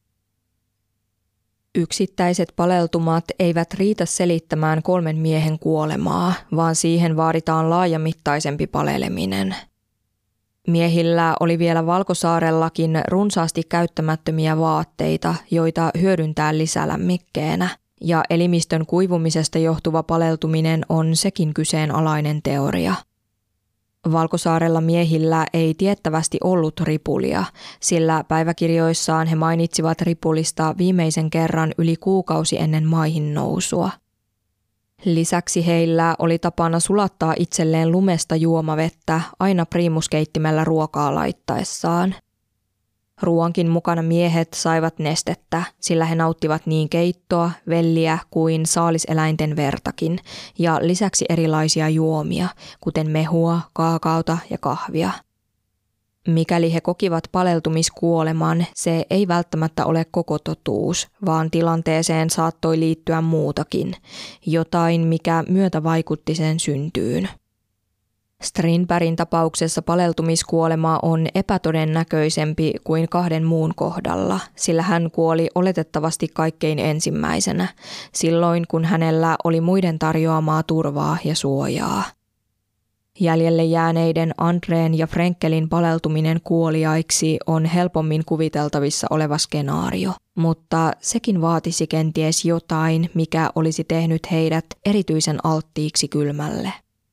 Yksittäiset paleltumat eivät riitä selittämään 3 miehen kuolemaa, vaan siihen vaaditaan laajamittaisempi paleleminen. Miehillä oli vielä Valkosaarellakin runsaasti käyttämättömiä vaatteita, joita hyödyntää lisälämmikkeenä, ja elimistön kuivumisesta johtuva paleltuminen on sekin kyseenalainen teoria. Valkosaarella miehillä ei tiettävästi ollut ripulia, sillä päiväkirjoissaan he mainitsivat ripulista viimeisen kerran yli kuukausi ennen maihin nousua. Lisäksi heillä oli tapana sulattaa itselleen lumesta juomavettä aina priimuskeittimellä ruokaa laittaessaan. Ruoankin mukana miehet saivat nestettä, sillä he nauttivat niin keittoa, velliä kuin saaliseläinten vertakin ja lisäksi erilaisia juomia, kuten mehua, kaakaota ja kahvia. Mikäli he kokivat paleltumiskuoleman, se ei välttämättä ole koko totuus, vaan tilanteeseen saattoi liittyä muutakin, jotain mikä myötävaikutti sen syntyyn. Strindbergin tapauksessa paleltumiskuolema on epätodennäköisempi kuin 2 muun kohdalla, sillä hän kuoli oletettavasti kaikkein ensimmäisenä, silloin kun hänellä oli muiden tarjoamaa turvaa ja suojaa. Jäljelle jääneiden Andreen ja Frenkelin paleltuminen kuoliaiksi on helpommin kuviteltavissa oleva skenaario, mutta sekin vaatisi kenties jotain, mikä olisi tehnyt heidät erityisen alttiiksi kylmälle.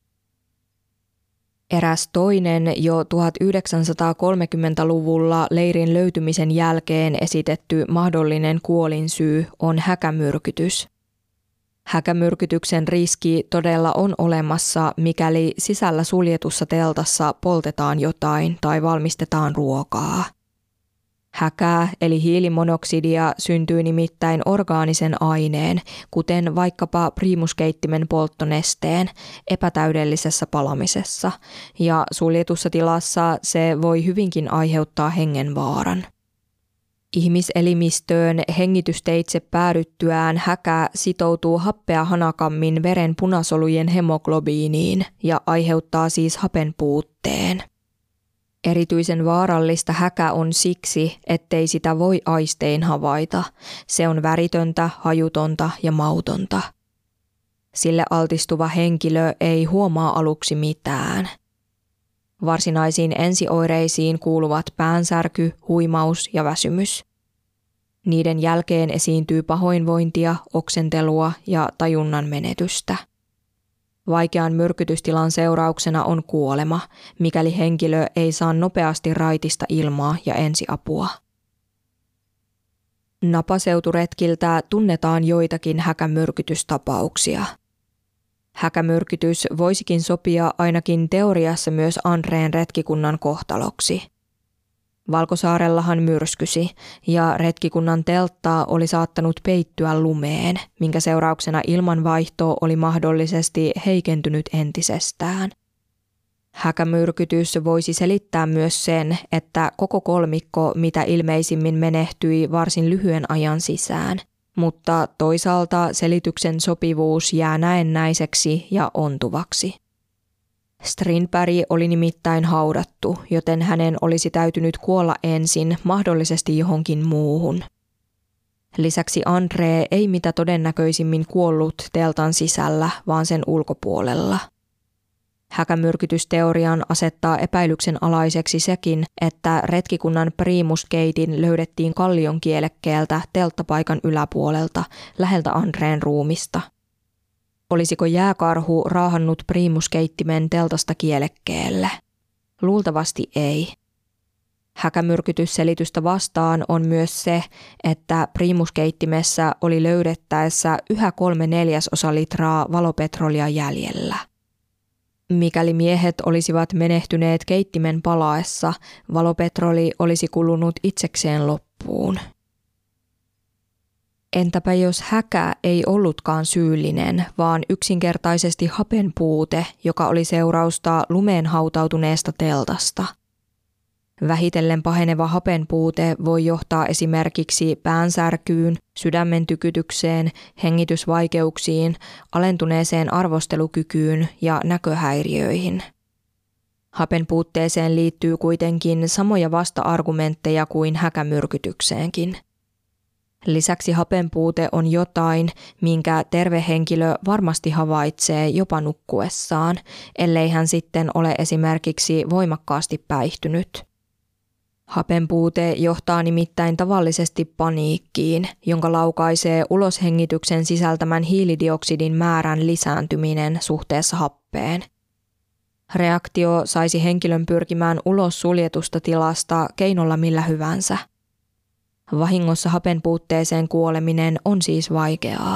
Eräs toinen jo 1930-luvulla leirin löytymisen jälkeen esitetty mahdollinen kuolinsyy on häkämyrkytys. Häkämyrkytyksen riski todella on olemassa, mikäli sisällä suljetussa teltassa poltetaan jotain tai valmistetaan ruokaa. Häkää eli hiilimonoksidia syntyy nimittäin orgaanisen aineen, kuten vaikkapa priimuskeittimen polttonesteen, epätäydellisessä palamisessa, ja suljetussa tilassa se voi hyvinkin aiheuttaa hengenvaaran. Ihmiselimistöön hengitysteitse päädyttyään häkä sitoutuu happea hanakammin veren punasolujen hemoglobiiniin ja aiheuttaa siis hapen puutteen. Erityisen vaarallista häkä on siksi, ettei sitä voi aistein havaita. Se on väritöntä, hajutonta ja mautonta. Sille altistuva henkilö ei huomaa aluksi mitään. Varsinaisiin ensioireisiin kuuluvat päänsärky, huimaus ja väsymys. Niiden jälkeen esiintyy pahoinvointia, oksentelua ja tajunnan menetystä. Vaikean myrkytystilan seurauksena on kuolema, mikäli henkilö ei saa nopeasti raitista ilmaa ja ensiapua. Napaseuturetkiltä tunnetaan joitakin häkämyrkytystapauksia. Häkämyrkytys voisikin sopia ainakin teoriassa myös Andreen retkikunnan kohtaloksi. Valkosaarellahan myrskysi ja retkikunnan teltta oli saattanut peittyä lumeen, minkä seurauksena ilmanvaihto oli mahdollisesti heikentynyt entisestään. Häkämyrkytys voisi selittää myös sen, että koko kolmikko mitä ilmeisimmin menehtyi varsin lyhyen ajan sisään, mutta toisaalta selityksen sopivuus jää näennäiseksi ja ontuvaksi. Strindberg oli nimittäin haudattu, joten hänen olisi täytynyt kuolla ensin mahdollisesti johonkin muuhun. Lisäksi André ei mitä todennäköisimmin kuollut teltan sisällä, vaan sen ulkopuolella. Häkämyrkytysteorian asettaa epäilyksen alaiseksi sekin, että retkikunnan priimuskeitin löydettiin kallion kielekkeeltä telttapaikan yläpuolelta, läheltä Andreen ruumista. Olisiko jääkarhu raahannut priimuskeittimen teltasta kielekkeelle? Luultavasti ei. Häkämyrkytysselitystä vastaan on myös se, että priimuskeittimessä oli löydettäessä yhä 3/4 litraa valopetrolia jäljellä. Mikäli miehet olisivat menehtyneet keittimen palaessa, valopetroli olisi kulunut itsekseen loppuun. Entäpä jos häkä ei ollutkaan syyllinen, vaan yksinkertaisesti hapen puute, joka oli seurausta lumeen hautautuneesta teltasta? Vähitellen paheneva hapen puute voi johtaa esimerkiksi päänsärkyyn, sydämen tykytykseen, hengitysvaikeuksiin, alentuneeseen arvostelukykyyn ja näköhäiriöihin. Hapen puutteeseen liittyy kuitenkin samoja vasta-argumentteja kuin häkämyrkytykseenkin. Lisäksi hapenpuute on jotain, minkä terve henkilö varmasti havaitsee jopa nukkuessaan, ellei hän sitten ole esimerkiksi voimakkaasti päihtynyt. Hapenpuute johtaa nimittäin tavallisesti paniikkiin, jonka laukaisee uloshengityksen sisältämän hiilidioksidin määrän lisääntyminen suhteessa happeen. Reaktio saisi henkilön pyrkimään ulos suljetusta tilasta keinolla millä hyvänsä. Vahingossa hapen puutteeseen kuoleminen on siis vaikeaa.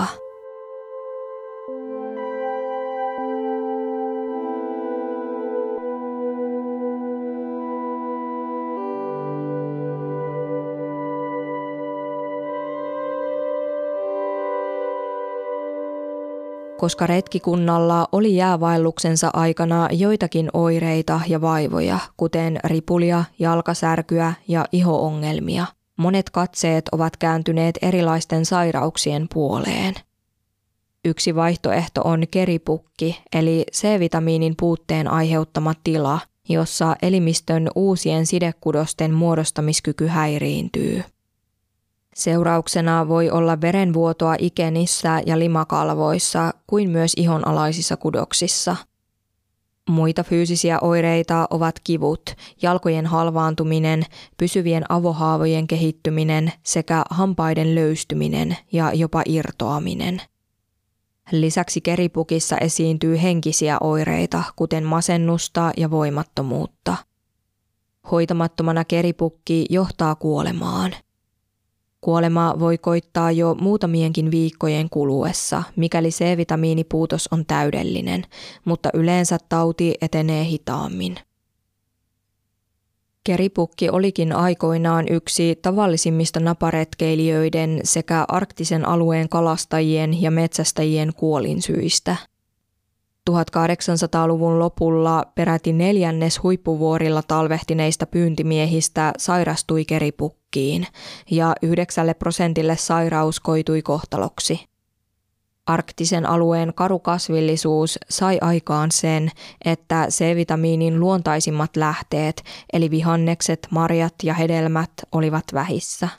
Koska retkikunnalla oli jäävaelluksensa aikana joitakin oireita ja vaivoja, kuten ripulia, jalkasärkyä ja iho-ongelmia, monet katseet ovat kääntyneet erilaisten sairauksien puoleen. Yksi vaihtoehto on keripukki, eli C-vitamiinin puutteen aiheuttama tila, jossa elimistön uusien sidekudosten muodostamiskyky häiriintyy. Seurauksena voi olla verenvuotoa ikenissä ja limakalvoissa kuin myös ihonalaisissa kudoksissa. Muita fyysisiä oireita ovat kivut, jalkojen halvaantuminen, pysyvien avohaavojen kehittyminen sekä hampaiden löystyminen ja jopa irtoaminen. Lisäksi keripukissa esiintyy henkisiä oireita, kuten masennusta ja voimattomuutta. Hoitamattomana keripukki johtaa kuolemaan. Kuolema voi koittaa jo muutamienkin viikkojen kuluessa, mikäli C-vitamiinipuutos on täydellinen, mutta yleensä tauti etenee hitaammin. Keripukki olikin aikoinaan yksi tavallisimmista naparetkeilijöiden sekä arktisen alueen kalastajien ja metsästäjien kuolinsyistä. 1800-luvun lopulla peräti 1/4 huippuvuorilla talvehtineista pyyntimiehistä sairastui keripukkiin ja 9% sairaus koitui kohtaloksi. Arktisen alueen karu kasvillisuus sai aikaan sen, että C-vitamiinin luontaisimmat lähteet, eli vihannekset, marjat ja hedelmät, olivat vähissä.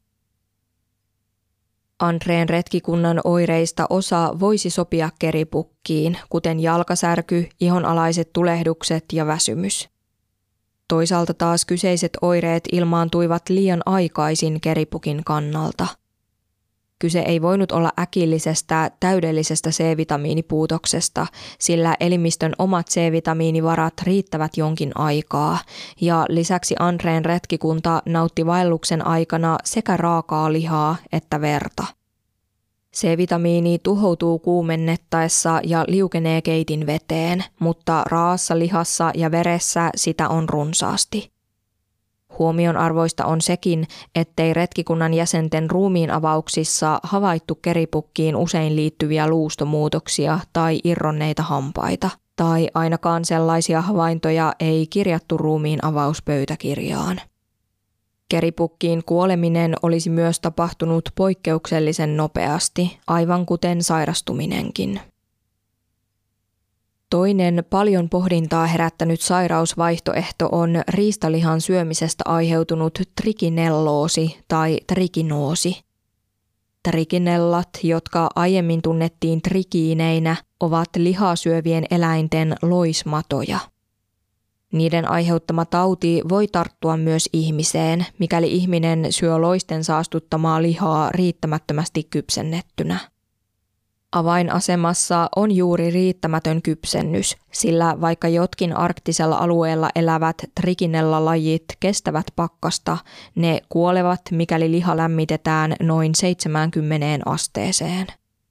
Andreen retkikunnan oireista osa voisi sopia keripukkiin, kuten jalkasärky, ihonalaiset tulehdukset ja väsymys. Toisaalta taas kyseiset oireet ilmaantuivat liian aikaisin keripukin kannalta. Kyse ei voinut olla äkillisestä, täydellisestä C-vitamiinipuutoksesta, sillä elimistön omat C-vitamiinivarat riittävät jonkin aikaa, ja lisäksi Andreen retkikunta nautti vaelluksen aikana sekä raakaa lihaa että verta. C-vitamiini tuhoutuu kuumennettaessa ja liukenee keitin veteen, mutta raassa lihassa ja veressä sitä on runsaasti. Huomionarvoista on sekin, ettei retkikunnan jäsenten ruumiinavauksissa havaittu keripukkiin usein liittyviä luustomuutoksia tai irronneita hampaita, tai ainakaan sellaisia havaintoja ei kirjattu ruumiinavauspöytäkirjaan. Keripukkiin kuoleminen olisi myös tapahtunut poikkeuksellisen nopeasti, aivan kuten sairastuminenkin. Toinen paljon pohdintaa herättänyt sairausvaihtoehto on riistalihan syömisestä aiheutunut trikinelloosi tai trikinoosi. Trikinellat, jotka aiemmin tunnettiin trikiineinä, ovat lihaa syövien eläinten loismatoja. Niiden aiheuttama tauti voi tarttua myös ihmiseen, mikäli ihminen syö loisten saastuttamaa lihaa riittämättömästi kypsennettynä. Avainasemassa on juuri riittämätön kypsennys, sillä vaikka jotkin arktisella alueella elävät trikinella-lajit kestävät pakkasta, ne kuolevat, mikäli liha lämmitetään noin 70 asteeseen.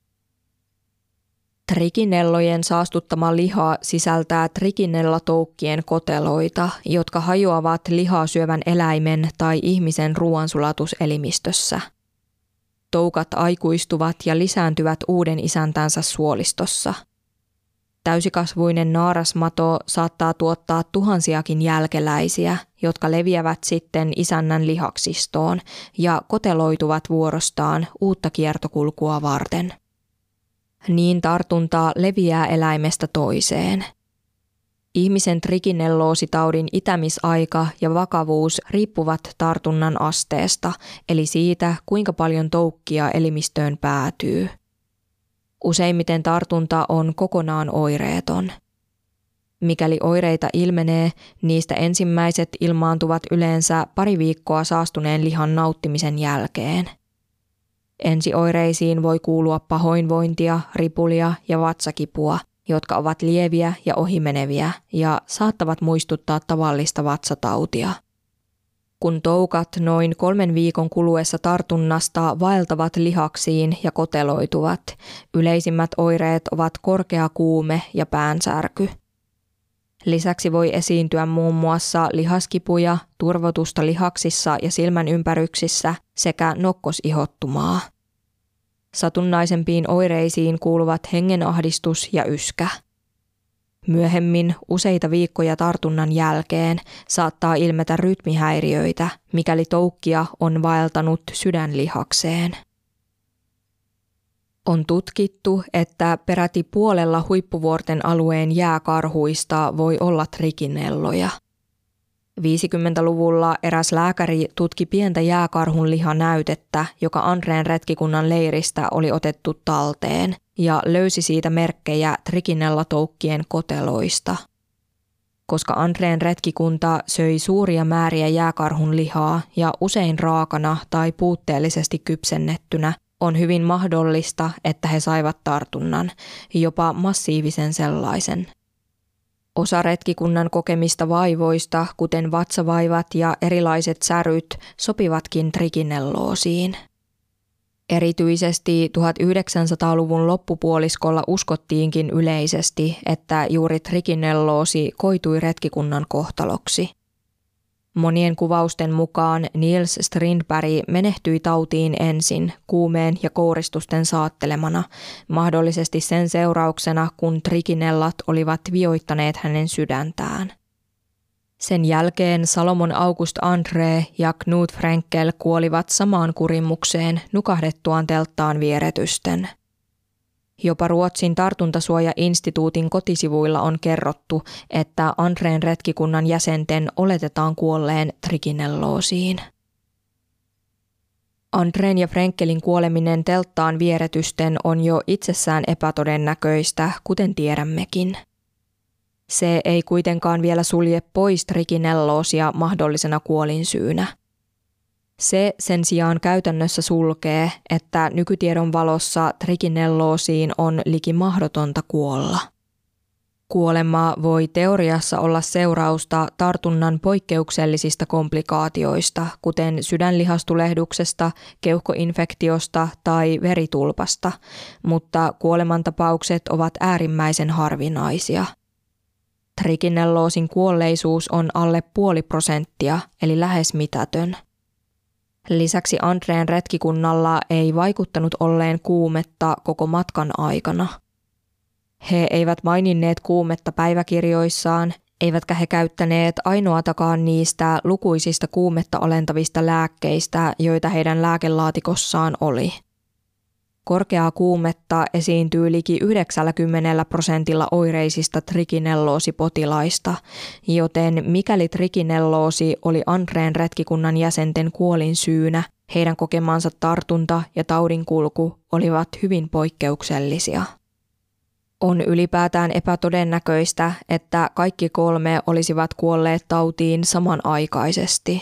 Trikinellojen saastuttama liha sisältää trikinellatoukkien koteloita, jotka hajoavat lihaa syövän eläimen tai ihmisen ruoansulatuselimistössä. Toukat aikuistuvat ja lisääntyvät uuden isäntänsä suolistossa. Täysikasvuinen naarasmato saattaa tuottaa tuhansiakin jälkeläisiä, jotka leviävät sitten isännän lihaksistoon ja koteloituvat vuorostaan uutta kiertokulkua varten. Niin tartunta leviää eläimestä toiseen. Ihmisen trikinelloositaudin itämisaika ja vakavuus riippuvat tartunnan asteesta, eli siitä, kuinka paljon toukkia elimistöön päätyy. Useimmiten tartunta on kokonaan oireeton. Mikäli oireita ilmenee, niistä ensimmäiset ilmaantuvat yleensä pari viikkoa saastuneen lihan nauttimisen jälkeen. Ensioireisiin voi kuulua pahoinvointia, ripulia ja vatsakipua, jotka ovat lieviä ja ohimeneviä ja saattavat muistuttaa tavallista vatsatautia. Kun toukat noin 3 viikon kuluessa tartunnasta vaeltavat lihaksiin ja koteloituvat, yleisimmät oireet ovat korkea kuume ja päänsärky. Lisäksi voi esiintyä muun muassa lihaskipuja, turvotusta lihaksissa ja silmän ympäryksissä sekä nokkosihottumaa. Satunnaisempiin oireisiin kuuluvat hengenahdistus ja yskä. Myöhemmin, useita viikkoja tartunnan jälkeen, saattaa ilmetä rytmihäiriöitä, mikäli toukkia on vaeltanut sydänlihakseen. On tutkittu, että peräti puolella huippuvuorten alueen jääkarhuista voi olla trikinelloja. 50-luvulla eräs lääkäri tutki pientä jääkarhun lihanäytettä, joka Andreen retkikunnan leiristä oli otettu talteen, ja löysi siitä merkkejä trikinellatoukkien koteloista. Koska Andreen retkikunta söi suuria määriä jääkarhun lihaa ja usein raakana tai puutteellisesti kypsennettynä, on hyvin mahdollista, että he saivat tartunnan, jopa massiivisen sellaisen. Osa retkikunnan kokemista vaivoista, kuten vatsavaivat ja erilaiset säryt, sopivatkin trikinelloosiin. Erityisesti 1900-luvun loppupuoliskolla uskottiinkin yleisesti, että juuri trikinelloosi koitui retkikunnan kohtaloksi. Monien kuvausten mukaan Niels Strindberg menehtyi tautiin ensin kuumeen ja kouristusten saattelemana, mahdollisesti sen seurauksena, kun trikinellat olivat vioittaneet hänen sydäntään. Sen jälkeen Salomon August André ja Knut Frenkel kuolivat samaan kurimukseen nukahdettuaan telttaan vieretysten. Jopa Ruotsin tartuntasuoja-instituutin kotisivuilla on kerrottu, että Andreen retkikunnan jäsenten oletetaan kuolleen trikinelloosiin. Andreen ja Frenkelin kuoleminen telttaan vieretysten on jo itsessään epätodennäköistä, kuten tiedämmekin. Se ei kuitenkaan vielä sulje pois trikinelloosia mahdollisena kuolinsyynä. Se sen sijaan käytännössä sulkee, että nykytiedon valossa trikinelloosiin on liki mahdotonta kuolla. Kuolema voi teoriassa olla seurausta tartunnan poikkeuksellisista komplikaatioista, kuten sydänlihastulehduksesta, keuhkoinfektiosta tai veritulpasta, mutta kuolemantapaukset ovat äärimmäisen harvinaisia. Trikinelloosin kuolleisuus on alle 0,5%, eli lähes mitätön. Lisäksi Andreen retkikunnalla ei vaikuttanut olleen kuumetta koko matkan aikana. He eivät maininneet kuumetta päiväkirjoissaan, eivätkä he käyttäneet ainoatakaan niistä lukuisista kuumetta alentavista lääkkeistä, joita heidän lääkelaatikossaan oli. Korkeaa kuumetta esiintyy liki 90% oireisista trikinelloosipotilaista, joten mikäli trikinelloosi oli Andreen retkikunnan jäsenten kuolinsyynä, heidän kokemansa tartunta ja taudinkulku olivat hyvin poikkeuksellisia. On ylipäätään epätodennäköistä, että kaikki 3 olisivat kuolleet tautiin samanaikaisesti.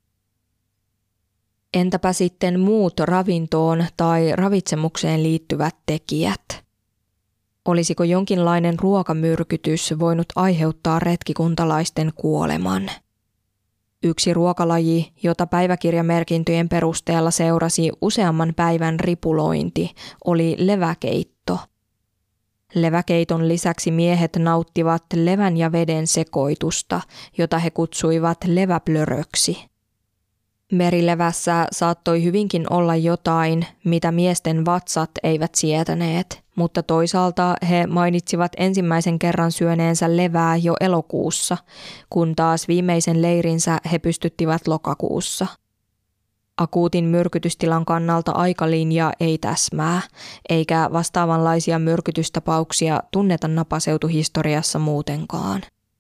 Entäpä sitten muut ravintoon tai ravitsemukseen liittyvät tekijät? Olisiko jonkinlainen ruokamyrkytys voinut aiheuttaa retkikuntalaisten kuoleman? Yksi ruokalaji, jota päiväkirjamerkintöjen perusteella seurasi useamman päivän ripulointi, oli leväkeitto. Leväkeiton lisäksi miehet nauttivat levän ja veden sekoitusta, jota he kutsuivat leväplöröksi. Merilevässä saattoi hyvinkin olla jotain, mitä miesten vatsat eivät sietäneet, mutta toisaalta he mainitsivat ensimmäisen kerran syöneensä levää jo elokuussa, kun taas viimeisen leirinsä he pystyttivät lokakuussa. Akuutin myrkytystilan kannalta aikalinja ei täsmää, eikä vastaavanlaisia myrkytystapauksia tunneta napaseutuhistoriassa muutenkaan.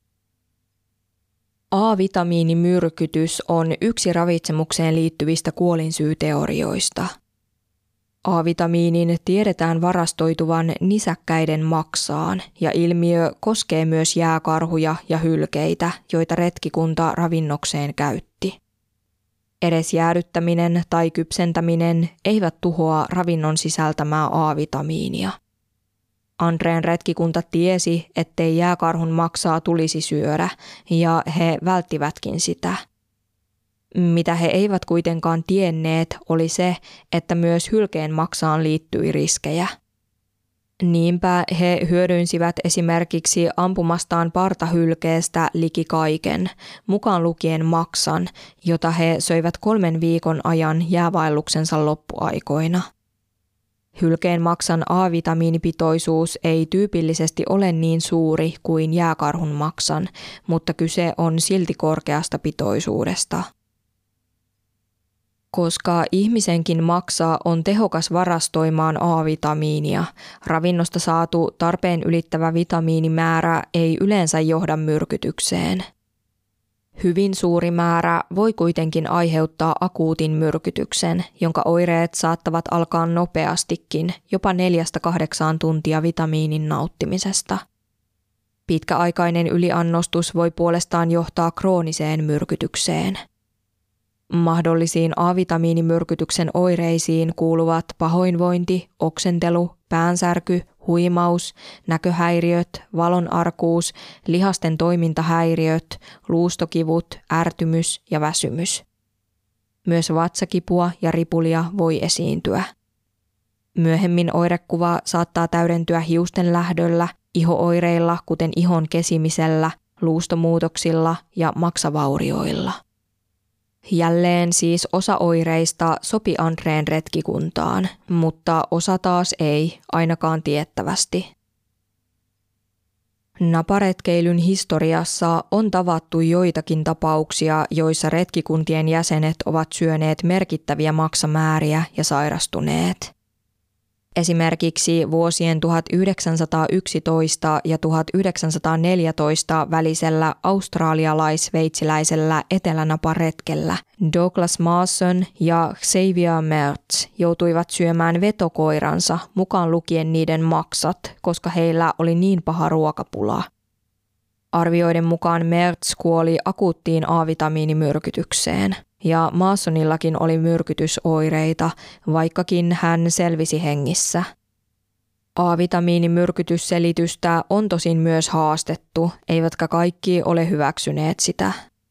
A-vitamiinimyrkytys on yksi ravitsemukseen liittyvistä kuolinsyyteorioista. A-vitamiinin tiedetään varastoituvan nisäkkäiden maksaan ja ilmiö koskee myös jääkarhuja ja hylkeitä, joita retkikunta ravinnokseen käytti. Edes jäädyttäminen tai kypsentäminen eivät tuhoa ravinnon sisältämää A-vitamiinia. Andreen retkikunta tiesi, ettei jääkarhun maksaa tulisi syödä, ja he välttivätkin sitä. Mitä he eivät kuitenkaan tienneet, oli se, että myös hylkeen maksaan liittyi riskejä. Niinpä he hyödynsivät esimerkiksi ampumastaan partahylkeestä liki kaiken, mukaan lukien maksan, jota he söivät 3 viikon ajan jäävaelluksensa loppuaikoina. Hylkeen maksan A-vitamiinipitoisuus ei tyypillisesti ole niin suuri kuin jääkarhun maksan, mutta kyse on silti korkeasta pitoisuudesta. Koska ihmisenkin maksa on tehokas varastoimaan A-vitamiinia, ravinnosta saatu tarpeen ylittävä vitamiinimäärä ei yleensä johda myrkytykseen. Hyvin suuri määrä voi kuitenkin aiheuttaa akuutin myrkytyksen, jonka oireet saattavat alkaa nopeastikin, jopa 4-8 tuntia vitamiinin nauttimisesta. Pitkäaikainen yliannostus voi puolestaan johtaa krooniseen myrkytykseen. Mahdollisiin A-vitamiinimyrkytyksen oireisiin kuuluvat pahoinvointi, oksentelu, päänsärky, huimaus, näköhäiriöt, valonarkuus, lihasten toimintahäiriöt, luustokivut, ärtymys ja väsymys. Myös vatsakipua ja ripulia voi esiintyä. Myöhemmin oirekuva saattaa täydentyä hiusten lähdöllä, ihooireilla kuten ihon kesimisellä, luustomuutoksilla ja maksavaurioilla. Jälleen siis osa oireista sopi Andreen retkikuntaan, mutta osa taas ei, ainakaan tiettävästi. Naparetkeilyn historiassa on tavattu joitakin tapauksia, joissa retkikuntien jäsenet ovat syöneet merkittäviä maksamääriä ja sairastuneet. Esimerkiksi vuosien 1911 ja 1914 välisellä australialais-sveitsiläisellä etelänaparetkellä Douglas Mawson ja Xavier Mertz joutuivat syömään vetokoiransa mukaan lukien niiden maksat, koska heillä oli niin paha ruokapula. Arvioiden mukaan Mertz kuoli akuuttiin A-vitamiinimyrkytykseen. Ja Mawsonillakin oli myrkytysoireita, vaikkakin hän selvisi hengissä. A-vitamiinimyrkytysselitystä on tosin myös haastettu, eivätkä kaikki ole hyväksyneet sitä.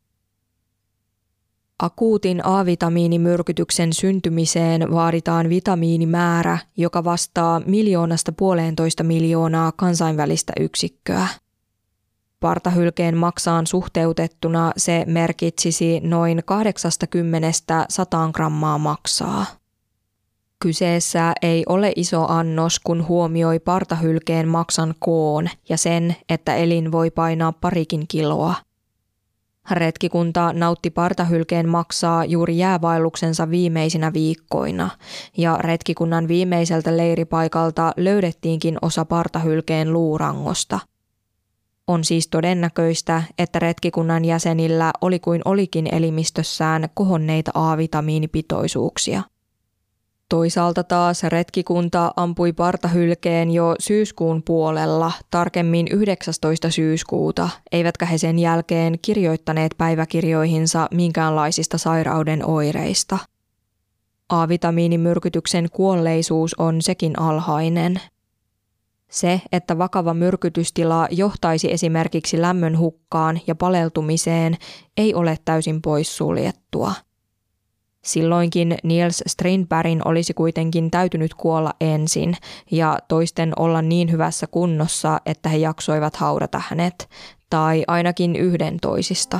Akuutin A-vitamiinimyrkytyksen syntymiseen vaaditaan vitamiinimäärä, joka vastaa 1–1,5 miljoonaa kansainvälistä yksikköä. Partahylkeen maksaan suhteutettuna se merkitsisi noin 80–100 grammaa maksaa. Kyseessä ei ole iso annos, kun huomioi partahylkeen maksan koon ja sen, että elin voi painaa 2 kiloa. Retkikunta nautti partahylkeen maksaa juuri jäävaelluksensa viimeisinä viikkoina, ja retkikunnan viimeiseltä leiripaikalta löydettiinkin osa partahylkeen luurangosta. On siis todennäköistä, että retkikunnan jäsenillä oli kuin olikin elimistössään kohonneita A-vitamiinipitoisuuksia. Toisaalta taas retkikunta ampui partahylkeen jo syyskuun puolella, tarkemmin 19. syyskuuta, eivätkä he sen jälkeen kirjoittaneet päiväkirjoihinsa minkäänlaisista sairauden oireista. A-vitamiinimyrkytyksen kuolleisuus on sekin alhainen. Se, että vakava myrkytystila johtaisi esimerkiksi lämmön hukkaan ja paleltumiseen, ei ole täysin poissuljettua. Silloinkin Niels Strindbergin olisi kuitenkin täytynyt kuolla ensin ja toisten olla niin hyvässä kunnossa, että he jaksoivat haudata hänet, tai ainakin yhden toisista.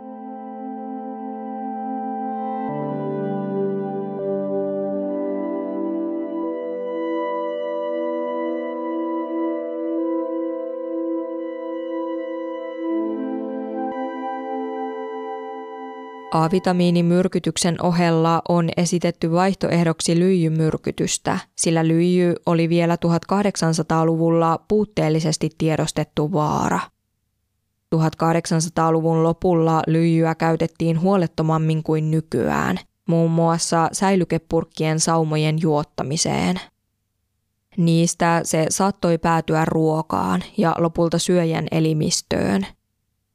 A-vitamiinimyrkytyksen ohella on esitetty vaihtoehdoksi lyijymyrkytystä, sillä lyijy oli vielä 1800-luvulla puutteellisesti tiedostettu vaara. 1800-luvun lopulla lyijyä käytettiin huolettomammin kuin nykyään, muun muassa säilykepurkkien saumojen juottamiseen. Niistä se saattoi päätyä ruokaan ja lopulta syöjän elimistöön.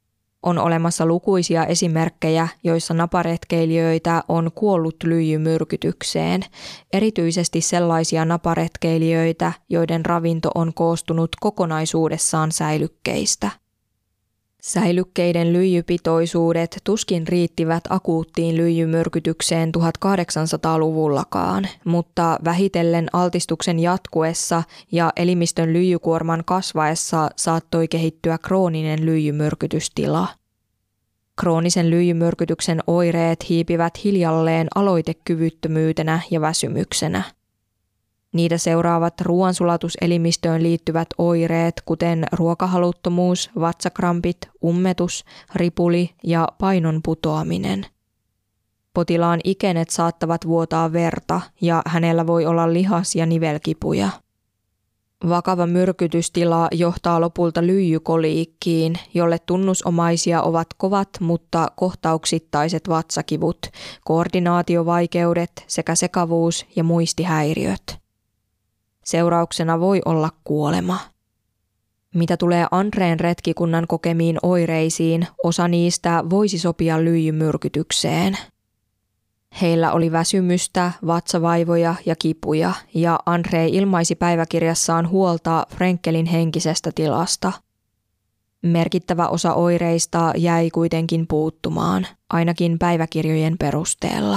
On olemassa lukuisia esimerkkejä, joissa naparetkeilijöitä on kuollut lyijymyrkytykseen, erityisesti sellaisia naparetkeilijöitä, joiden ravinto on koostunut kokonaisuudessaan säilykkeistä. Säilykkeiden lyijypitoisuudet tuskin riittivät akuuttiin lyijymyrkytykseen 1800-luvullakaan, mutta vähitellen altistuksen jatkuessa ja elimistön lyijykuorman kasvaessa saattoi kehittyä krooninen lyijymyrkytystila. Kroonisen lyijymyrkytyksen oireet hiipivät hiljalleen aloitekyvyttömyytenä ja väsymyksenä. Niitä seuraavat ruoansulatuselimistöön liittyvät oireet, kuten ruokahaluttomuus, vatsakrampit, ummetus, ripuli ja painon putoaminen. Potilaan ikenet saattavat vuotaa verta ja hänellä voi olla lihas- ja nivelkipuja. Vakava myrkytystila johtaa lopulta lyijykoliikkiin, jolle tunnusomaisia ovat kovat, mutta kohtauksittaiset vatsakivut, koordinaatiovaikeudet sekä sekavuus ja muistihäiriöt. Seurauksena voi olla kuolema. Mitä tulee Andreen retkikunnan kokemiin oireisiin, osa niistä voisi sopia lyijymyrkytykseen. Heillä oli väsymystä, vatsavaivoja ja kipuja, ja Andre ilmaisi päiväkirjassaan huolta Frenkelin henkisestä tilasta. Merkittävä osa oireista jäi kuitenkin puuttumaan, ainakin päiväkirjojen perusteella.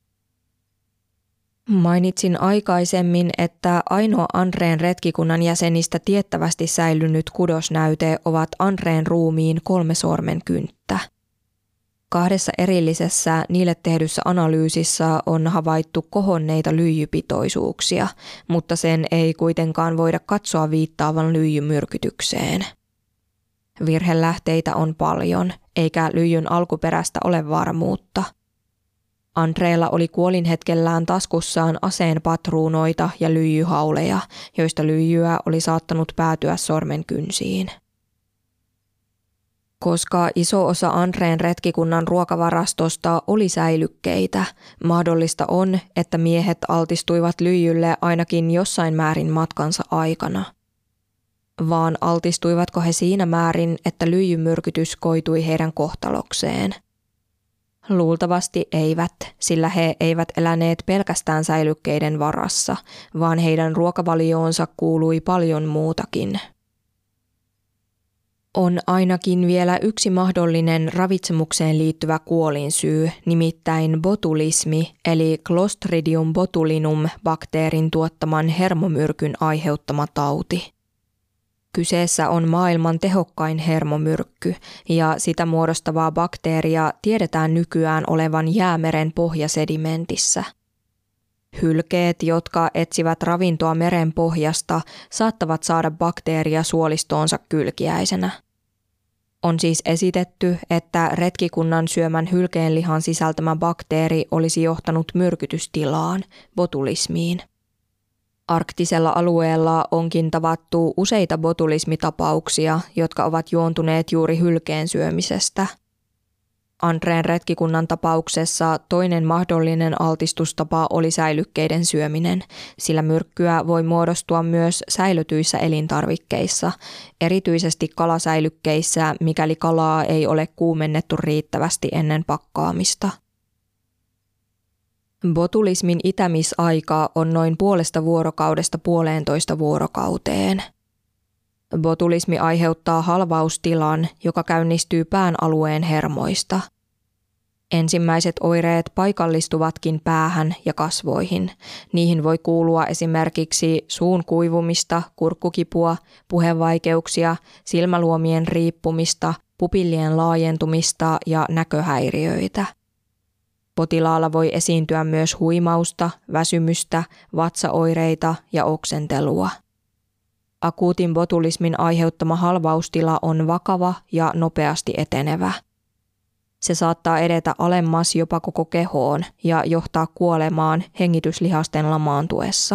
Mainitsin aikaisemmin, että ainoa Andreen retkikunnan jäsenistä tiettävästi säilynyt kudosnäyte ovat Andreen ruumiin 3 sormenkynttä. 2 erillisessä niille tehdyssä analyysissä on havaittu kohonneita lyijypitoisuuksia, mutta sen ei kuitenkaan voida katsoa viittaavan lyijymyrkytykseen. Virhelähteitä on paljon, eikä lyijyn alkuperästä ole varmuutta. Andreella oli kuolinhetkellään taskussaan aseenpatruunoita ja lyijyhauleja, joista lyijyä oli saattanut päätyä sormenkynsiin. Koska iso osa Andreen retkikunnan ruokavarastosta oli säilykkeitä, mahdollista on, että miehet altistuivat lyijylle ainakin jossain määrin matkansa aikana. Vaan altistuivatko he siinä määrin, että lyijymyrkytys koitui heidän kohtalokseen? Luultavasti eivät, sillä he eivät eläneet pelkästään säilykkeiden varassa, vaan heidän ruokavalioonsa kuului paljon muutakin. On ainakin vielä yksi mahdollinen ravitsemukseen liittyvä kuolinsyy, nimittäin botulismi eli Clostridium botulinum bakteerin tuottaman hermomyrkyn aiheuttama tauti. Kyseessä on maailman tehokkain hermomyrkky ja sitä muodostavaa bakteeria tiedetään nykyään olevan Jäämeren pohjasedimentissä. Hylkeet, jotka etsivät ravintoa meren pohjasta, saattavat saada bakteeria suolistoonsa kylkiäisenä. On siis esitetty, että retkikunnan syömän hylkeenlihan sisältämä bakteeri olisi johtanut myrkytystilaan, botulismiin. Arktisella alueella onkin tavattu useita botulismitapauksia, jotka ovat juontuneet juuri hylkeen syömisestä. Andreen retkikunnan tapauksessa toinen mahdollinen altistustapa oli säilykkeiden syöminen, sillä myrkkyä voi muodostua myös säilötyissä elintarvikkeissa, erityisesti kalasäilykkeissä, mikäli kalaa ei ole kuumennettu riittävästi ennen pakkaamista. Botulismin itämisaika on noin 0,5 vuorokaudesta 1,5 vuorokauteen. Botulismi aiheuttaa halvaustilan, joka käynnistyy pään alueen hermoista. Ensimmäiset oireet paikallistuvatkin päähän ja kasvoihin. Niihin voi kuulua esimerkiksi suun kuivumista, kurkkukipua, puhevaikeuksia, silmäluomien riippumista, pupillien laajentumista ja näköhäiriöitä. Potilaalla voi esiintyä myös huimausta, väsymystä, vatsaoireita ja oksentelua. Akuutin botulismin aiheuttama halvaustila on vakava ja nopeasti etenevä. Se saattaa edetä alemmas jopa koko kehoon ja johtaa kuolemaan hengityslihasten lamaantuessa.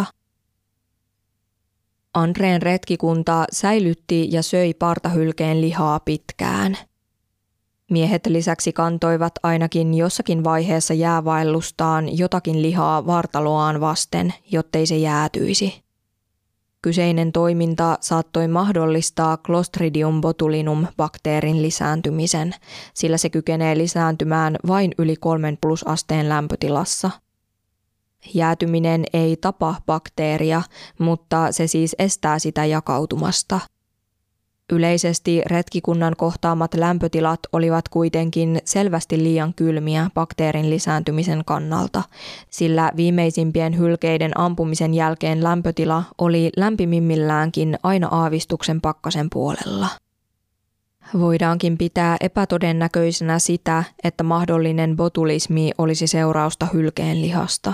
Andreen retkikunta säilytti ja söi partahylkeen lihaa pitkään. Miehet lisäksi kantoivat ainakin jossakin vaiheessa jäävaellustaan jotakin lihaa vartaloaan vasten, jottei se jäätyisi. Kyseinen toiminta saattoi mahdollistaa Clostridium botulinum-bakteerin lisääntymisen, sillä se kykenee lisääntymään vain yli 3+ asteen lämpötilassa. Jäätyminen ei tapa bakteeria, mutta se siis estää sitä jakautumasta. Yleisesti retkikunnan kohtaamat lämpötilat olivat kuitenkin selvästi liian kylmiä bakteerin lisääntymisen kannalta, sillä viimeisimpien hylkeiden ampumisen jälkeen lämpötila oli lämpimimmilläänkin aina aavistuksen pakkasen puolella. Voidaankin pitää epätodennäköisenä sitä, että mahdollinen botulismi olisi seurausta hylkeen lihasta.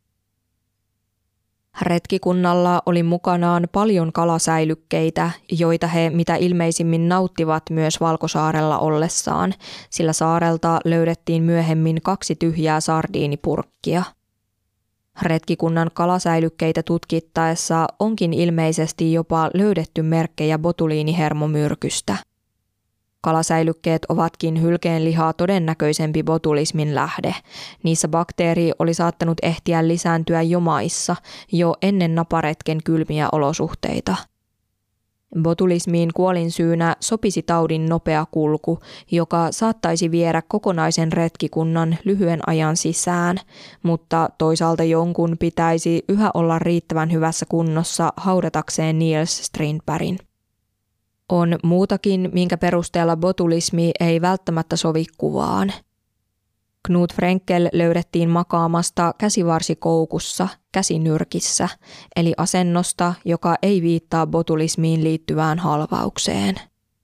Retkikunnalla oli mukanaan paljon kalasäilykkeitä, joita he mitä ilmeisimmin nauttivat myös Valkosaarella ollessaan, sillä saarelta löydettiin myöhemmin 2 tyhjää sardiinipurkkia. Retkikunnan kalasäilykkeitä tutkittaessa onkin ilmeisesti jopa löydetty merkkejä botuliinihermomyrkystä. Kalasäilykkeet ovatkin hylkeen lihaa todennäköisempi botulismin lähde. Niissä bakteeri oli saattanut ehtiä lisääntyä jo maissa jo ennen naparetken kylmiä olosuhteita. Botulismiin kuolinsyynä sopisi taudin nopea kulku, joka saattaisi viedä kokonaisen retkikunnan lyhyen ajan sisään, mutta toisaalta jonkun pitäisi yhä olla riittävän hyvässä kunnossa haudatakseen Niels Strindbergin. On muutakin, minkä perusteella botulismi ei välttämättä sovi kuvaan. Knut Frenkel löydettiin makaamasta käsivarsikoukussa, käsinyrkissä, eli asennosta, joka ei viittaa botulismiin liittyvään halvaukseen.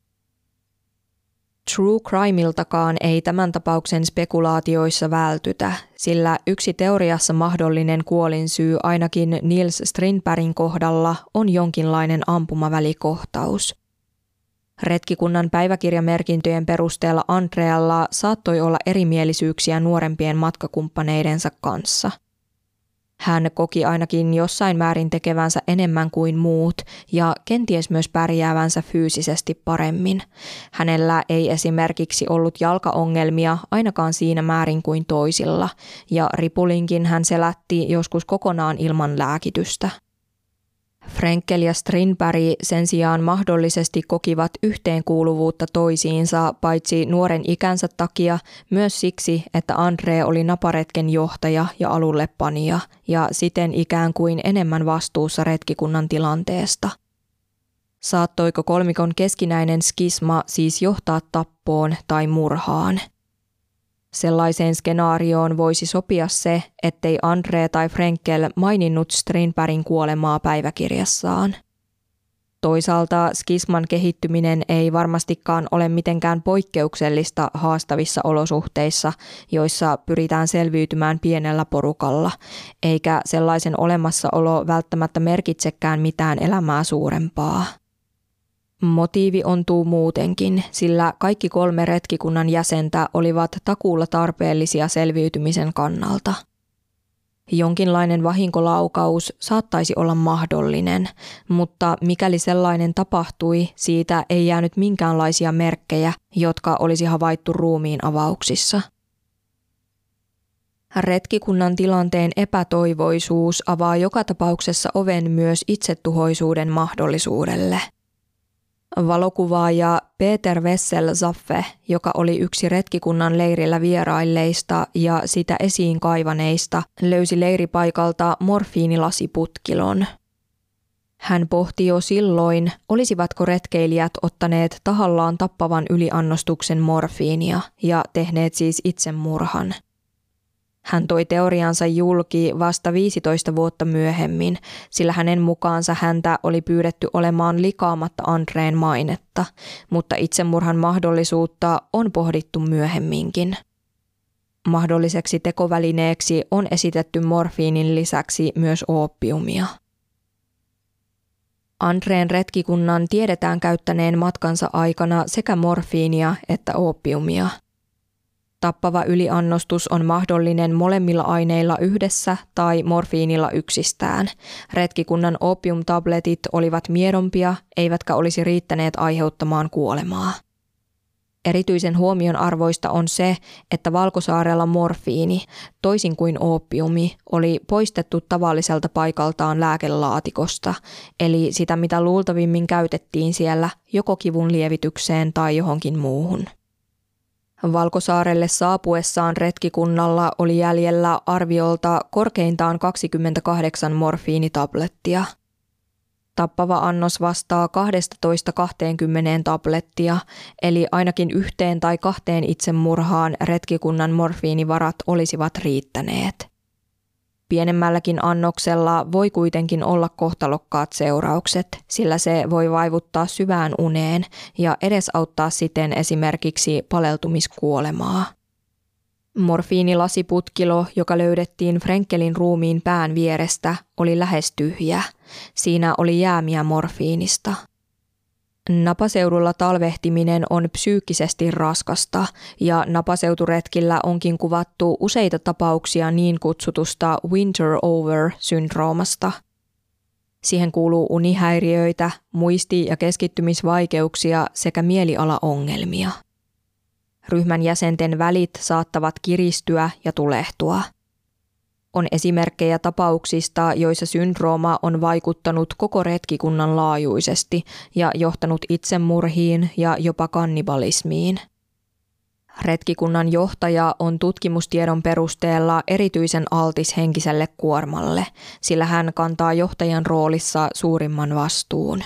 True crimeiltakaan ei tämän tapauksen spekulaatioissa vältytä, sillä yksi teoriassa mahdollinen kuolinsyy ainakin Niels Strindbergin kohdalla on jonkinlainen ampumavälikohtaus. Retkikunnan päiväkirjamerkintöjen perusteella Andrealla saattoi olla erimielisyyksiä nuorempien matkakumppaneidensa kanssa. Hän koki ainakin jossain määrin tekevänsä enemmän kuin muut ja kenties myös pärjäävänsä fyysisesti paremmin. Hänellä ei esimerkiksi ollut jalkaongelmia ainakaan siinä määrin kuin toisilla, ja ripulinkin hän selätti joskus kokonaan ilman lääkitystä. Frenkel ja Strindberg sen sijaan mahdollisesti kokivat yhteenkuuluvuutta toisiinsa paitsi nuoren ikänsä takia, myös siksi, että Andre oli naparetken johtaja ja alullepanija ja siten ikään kuin enemmän vastuussa retkikunnan tilanteesta. Saattoiko kolmikon keskinäinen skisma siis johtaa tappoon tai murhaan? Sellaiseen skenaarioon voisi sopia se, ettei Andre tai Frenkel maininnut Strindbergin kuolemaa päiväkirjassaan. Toisaalta skisman kehittyminen ei varmastikaan ole mitenkään poikkeuksellista haastavissa olosuhteissa, joissa pyritään selviytymään pienellä porukalla, eikä sellaisen olemassaolo välttämättä merkitsekään mitään elämää suurempaa. Motiivi ontuu muutenkin, sillä kaikki 3 retkikunnan jäsentä olivat takuulla tarpeellisia selviytymisen kannalta. Jonkinlainen vahinkolaukaus saattaisi olla mahdollinen, mutta mikäli sellainen tapahtui, siitä ei jäänyt minkäänlaisia merkkejä, jotka olisi havaittu ruumiin avauksissa. Retkikunnan tilanteen epätoivoisuus avaa joka tapauksessa oven myös itsetuhoisuuden mahdollisuudelle. Valokuvaaja Peter Wessel-Zapfe, joka oli yksi retkikunnan leirillä vierailleista ja sitä esiin kaivaneista, löysi leiripaikalta morfiinilasiputkilon. Hän pohti jo silloin, olisivatko retkeilijät ottaneet tahallaan tappavan yliannostuksen morfiinia ja tehneet siis itsemurhan. Hän toi teoriansa julki vasta 15 vuotta myöhemmin, sillä hänen mukaansa häntä oli pyydetty olemaan likaamatta Andreen mainetta, mutta itsemurhan mahdollisuutta on pohdittu myöhemminkin. Mahdolliseksi tekovälineeksi on esitetty morfiinin lisäksi myös oopiumia. Andreen retkikunnan tiedetään käyttäneen matkansa aikana sekä morfiinia että oopiumia. Tappava yliannostus on mahdollinen molemmilla aineilla yhdessä tai morfiinilla yksistään. Retkikunnan opiumtabletit olivat miedompia, eivätkä olisi riittäneet aiheuttamaan kuolemaa. Erityisen huomionarvoista on se, että Valkosaarella morfiini, toisin kuin oopiumi, oli poistettu tavalliselta paikaltaan lääkelaatikosta, eli sitä mitä luultavimmin käytettiin siellä joko kivun lievitykseen tai johonkin muuhun. Valkosaarelle saapuessaan retkikunnalla oli jäljellä arviolta korkeintaan 28 morfiinitablettia. Tappava annos vastaa 12–20 tablettia, eli ainakin 1 tai 2 itsemurhaan retkikunnan morfiinivarat olisivat riittäneet. Pienemmälläkin annoksella voi kuitenkin olla kohtalokkaat seuraukset, sillä se voi vaivuttaa syvään uneen ja edesauttaa siten esimerkiksi paleltumiskuolemaa. Morfiinilasiputkilo, joka löydettiin Frenkelin ruumiin pään vierestä, oli lähes tyhjä. Siinä oli jäämiä morfiinista. Napaseudulla talvehtiminen on psyykkisesti raskasta ja napaseuturetkillä onkin kuvattu useita tapauksia niin kutsutusta winter over-syndroomasta. Siihen kuuluu unihäiriöitä, muisti- ja keskittymisvaikeuksia sekä mielialaongelmia. Ryhmän jäsenten välit saattavat kiristyä ja tulehtua. On esimerkkejä tapauksista, joissa syndrooma on vaikuttanut koko retkikunnan laajuisesti ja johtanut itsemurhiin ja jopa kannibalismiin. Retkikunnan johtaja on tutkimustiedon perusteella erityisen altis henkiselle kuormalle, sillä hän kantaa johtajan roolissa suurimman vastuun.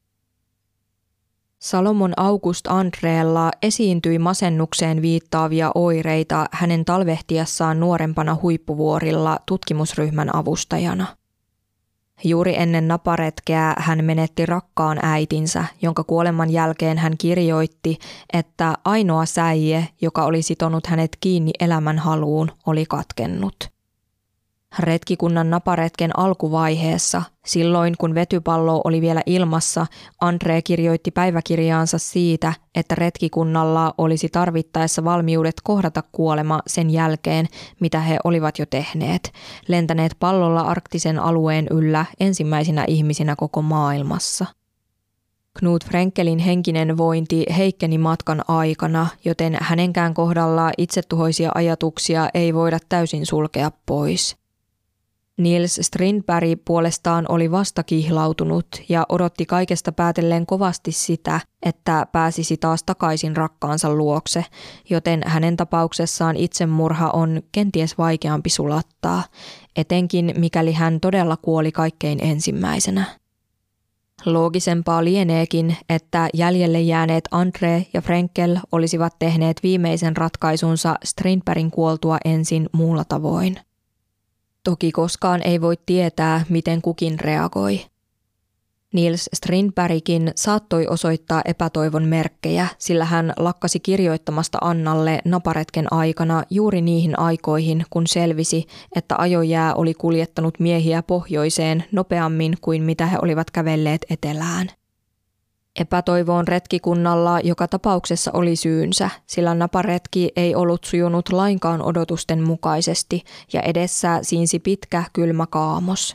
Salomon August Andreella esiintyi masennukseen viittaavia oireita hänen talvehtiessaan nuorempana huippuvuorilla tutkimusryhmän avustajana. Juuri ennen naparetkeä hän menetti rakkaan äitinsä, jonka kuoleman jälkeen hän kirjoitti, että ainoa säie, joka oli sitonut hänet kiinni elämän haluun, oli katkennut. Retkikunnan naparetken alkuvaiheessa, silloin kun vetypallo oli vielä ilmassa, Andre kirjoitti päiväkirjaansa siitä, että retkikunnalla olisi tarvittaessa valmiudet kohdata kuolema sen jälkeen, mitä he olivat jo tehneet, lentäneet pallolla arktisen alueen yllä ensimmäisinä ihmisinä koko maailmassa. Knut Frenkelin henkinen vointi heikkeni matkan aikana, joten hänenkään kohdalla itsetuhoisia ajatuksia ei voida täysin sulkea pois. Niels Strindberg puolestaan oli vasta kihlautunut ja odotti kaikesta päätellen kovasti sitä, että pääsisi taas takaisin rakkaansa luokse, joten hänen tapauksessaan itsemurha on kenties vaikeampi sulattaa, etenkin mikäli hän todella kuoli kaikkein ensimmäisenä. Loogisempaa lieneekin, että jäljelle jääneet Andre ja Frenkel olisivat tehneet viimeisen ratkaisunsa Strindbergin kuoltua ensin muulla tavoin. Toki koskaan ei voi tietää, miten kukin reagoi. Niels Strindbergkin saattoi osoittaa epätoivon merkkejä, sillä hän lakkasi kirjoittamasta Annalle naparetken aikana juuri niihin aikoihin, kun selvisi, että ajojää oli kuljettanut miehiä pohjoiseen nopeammin kuin mitä he olivat kävelleet etelään. Epätoivoon retkikunnalla joka tapauksessa oli syynsä, sillä naparetki ei ollut sujunut lainkaan odotusten mukaisesti ja edessä siinsi pitkä kylmä kaamos.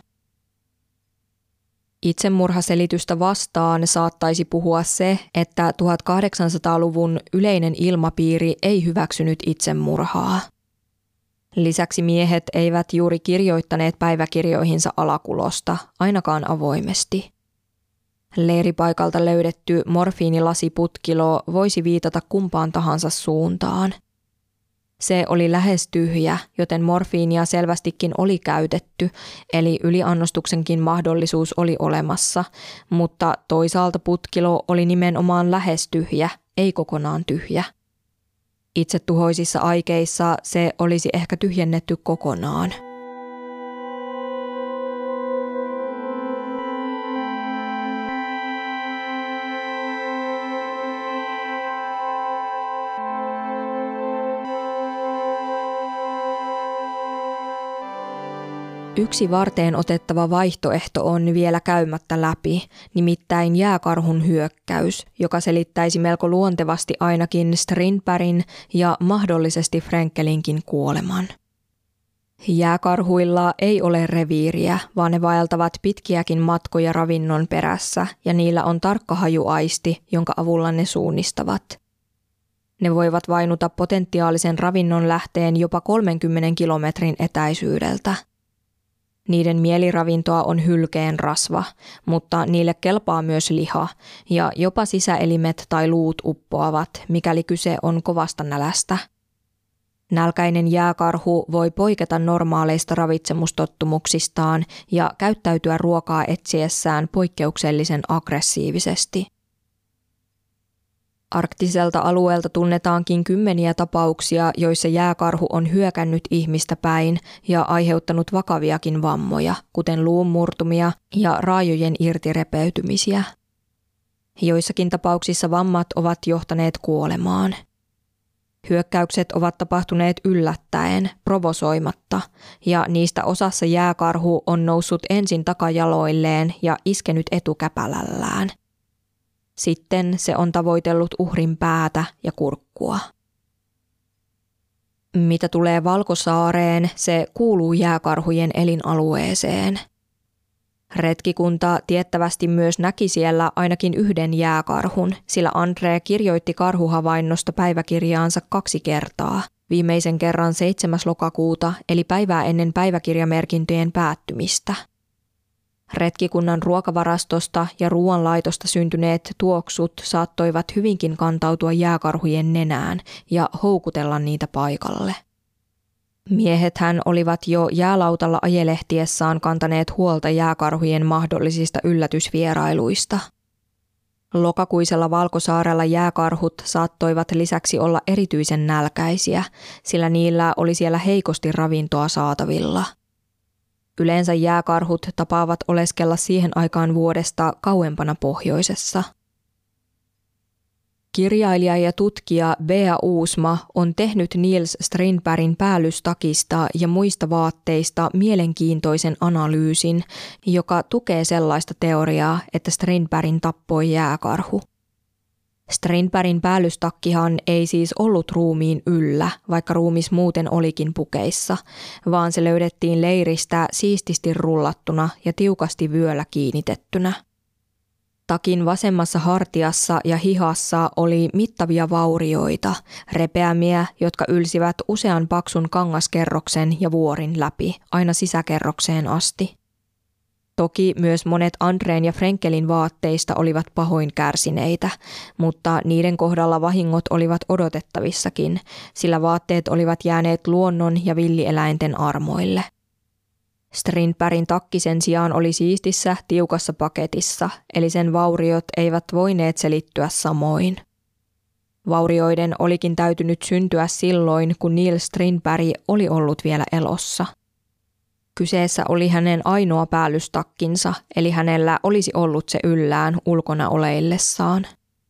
Itsemurhaselitystä vastaan saattaisi puhua se, että 1800-luvun yleinen ilmapiiri ei hyväksynyt itsemurhaa. Lisäksi miehet eivät juuri kirjoittaneet päiväkirjoihinsa alakulosta, ainakaan avoimesti. Leiripaikalta löydetty morfiinilasiputkilo voisi viitata kumpaan tahansa suuntaan. Se oli lähes tyhjä, joten morfiinia selvästikin oli käytetty, eli yliannostuksenkin mahdollisuus oli olemassa, mutta toisaalta putkilo oli nimenomaan lähes tyhjä, ei kokonaan tyhjä. Itsetuhoisissa aikeissa se olisi ehkä tyhjennetty kokonaan. Yksi varteen otettava vaihtoehto on vielä käymättä läpi, nimittäin jääkarhun hyökkäys, joka selittäisi melko luontevasti ainakin Strindbergin ja mahdollisesti Frenkelinkin kuoleman. Jääkarhuilla ei ole reviiriä, vaan ne vaeltavat pitkiäkin matkoja ravinnon perässä ja niillä on tarkka hajuaisti, jonka avulla ne suunnistavat. Ne voivat vainuta potentiaalisen ravinnon lähteen jopa 30 kilometrin etäisyydeltä. Niiden mieliravintoa on hylkeen rasva, mutta niille kelpaa myös liha ja jopa sisäelimet tai luut uppoavat, mikäli kyse on kovasta nälästä. Nälkäinen jääkarhu voi poiketa normaaleista ravitsemustottumuksistaan ja käyttäytyä ruokaa etsiessään poikkeuksellisen aggressiivisesti. Arktiselta alueelta tunnetaankin kymmeniä tapauksia, joissa jääkarhu on hyökännyt ihmistä päin ja aiheuttanut vakaviakin vammoja, kuten luunmurtumia ja raajojen irtirepeytymisiä. Joissakin tapauksissa vammat ovat johtaneet kuolemaan. Hyökkäykset ovat tapahtuneet yllättäen, provosoimatta, ja niistä osassa jääkarhu on noussut ensin takajaloilleen ja iskenyt etukäpälällään. Sitten se on tavoitellut uhrin päätä ja kurkkua. Mitä tulee Valkosaareen, se kuuluu jääkarhujen elinalueeseen. Retkikunta tiettävästi myös näki siellä ainakin yhden jääkarhun, sillä Andre kirjoitti karhuhavainnosta päiväkirjaansa 2 kertaa. Viimeisen kerran 7. lokakuuta eli päivää ennen päiväkirjamerkintöjen päättymistä. Retkikunnan ruokavarastosta ja ruoanlaitosta syntyneet tuoksut saattoivat hyvinkin kantautua jääkarhujen nenään ja houkutella niitä paikalle. Miehethän olivat jo jäälautalla ajelehtiessaan kantaneet huolta jääkarhujen mahdollisista yllätysvierailuista. Lokakuisella Valkosaarella jääkarhut saattoivat lisäksi olla erityisen nälkäisiä, sillä niillä oli siellä heikosti ravintoa saatavilla. Yleensä jääkarhut tapaavat oleskella siihen aikaan vuodesta kauempana pohjoisessa. Kirjailija ja tutkija Bea Uusma on tehnyt Niels Strindbergin päällystakista ja muista vaatteista mielenkiintoisen analyysin, joka tukee sellaista teoriaa, että Strindbergin tappoi jääkarhu. Strindbergin päällystakkihan ei siis ollut ruumiin yllä, vaikka ruumis muuten olikin pukeissa, vaan se löydettiin leiristä siististi rullattuna ja tiukasti vyöllä kiinnitettynä. Takin vasemmassa hartiassa ja hihassa oli mittavia vaurioita, repeämiä, jotka ylsivät usean paksun kangaskerroksen ja vuorin läpi, aina sisäkerrokseen asti. Toki myös monet Andreen ja Frenkelin vaatteista olivat pahoin kärsineitä, mutta niiden kohdalla vahingot olivat odotettavissakin, sillä vaatteet olivat jääneet luonnon ja villieläinten armoille. Strindbergin takki sen sijaan oli siistissä, tiukassa paketissa, eli sen vauriot eivät voineet selittyä samoin. Vaurioiden olikin täytynyt syntyä silloin, kun Niels Strindberg oli ollut vielä elossa. Kyseessä oli hänen ainoa päällystakkinsa, eli hänellä olisi ollut se yllään ulkona oleillessaan.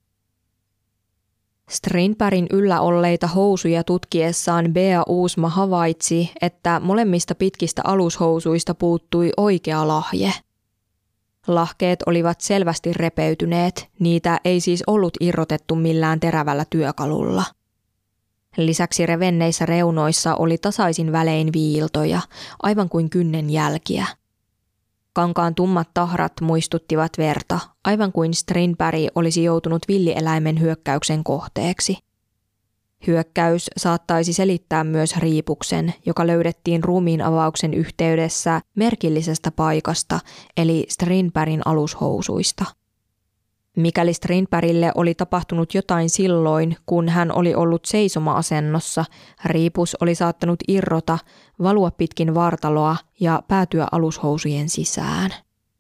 Strindbergin yllä olleita housuja tutkiessaan Bea Uusma havaitsi, että molemmista pitkistä alushousuista puuttui oikea lahje. Lahkeet olivat selvästi repeytyneet, niitä ei siis ollut irrotettu millään terävällä työkalulla. Lisäksi revenneissä reunoissa oli tasaisin välein viiltoja, aivan kuin kynnen jälkiä. Kankaan tummat tahrat muistuttivat verta, aivan kuin Strindberg olisi joutunut villieläimen hyökkäyksen kohteeksi. Hyökkäys saattaisi selittää myös riipuksen, joka löydettiin ruumiin avauksen yhteydessä merkillisestä paikasta, eli Strindbergin alushousuista. Mikäli Strindbergille oli tapahtunut jotain silloin, kun hän oli ollut seisoma-asennossa, riipus oli saattanut irrota, valua pitkin vartaloa ja päätyä alushousujen sisään.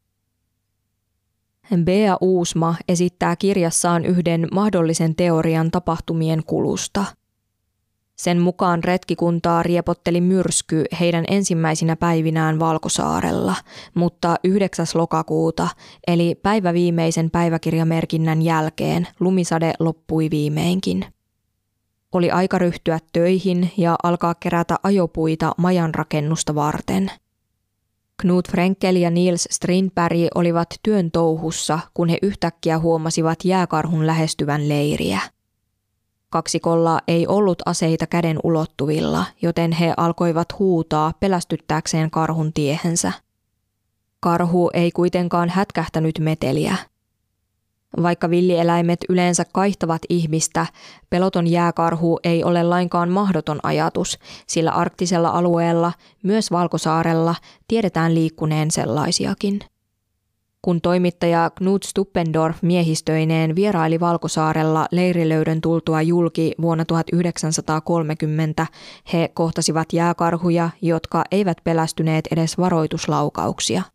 Bea Uusma esittää kirjassaan yhden mahdollisen teorian tapahtumien kulusta. Sen mukaan retkikuntaa riepotteli myrsky heidän ensimmäisinä päivinään Valkosaarella, mutta 9. lokakuuta, eli päivä viimeisen päiväkirjamerkinnän jälkeen, lumisade loppui viimeinkin. Oli aika ryhtyä töihin ja alkaa kerätä ajopuita majan rakennusta varten. Knut Frenkel ja Niels Strindberg olivat työn touhussa, kun he yhtäkkiä huomasivat jääkarhun lähestyvän leiriä. Kaksikolla ei ollut aseita käden ulottuvilla, joten he alkoivat huutaa pelästyttääkseen karhun tiehensä. Karhu ei kuitenkaan hätkähtänyt meteliä. Vaikka villieläimet yleensä kaihtavat ihmistä, peloton jääkarhu ei ole lainkaan mahdoton ajatus, sillä arktisella alueella, myös Valkosaarella, tiedetään liikkuneen sellaisiakin. Kun toimittaja Knut Stuppendorf miehistöineen vieraili Valkosaarella leirilöydön tultua julki vuonna 1930, he kohtasivat jääkarhuja, jotka eivät pelästyneet edes varoituslaukauksia.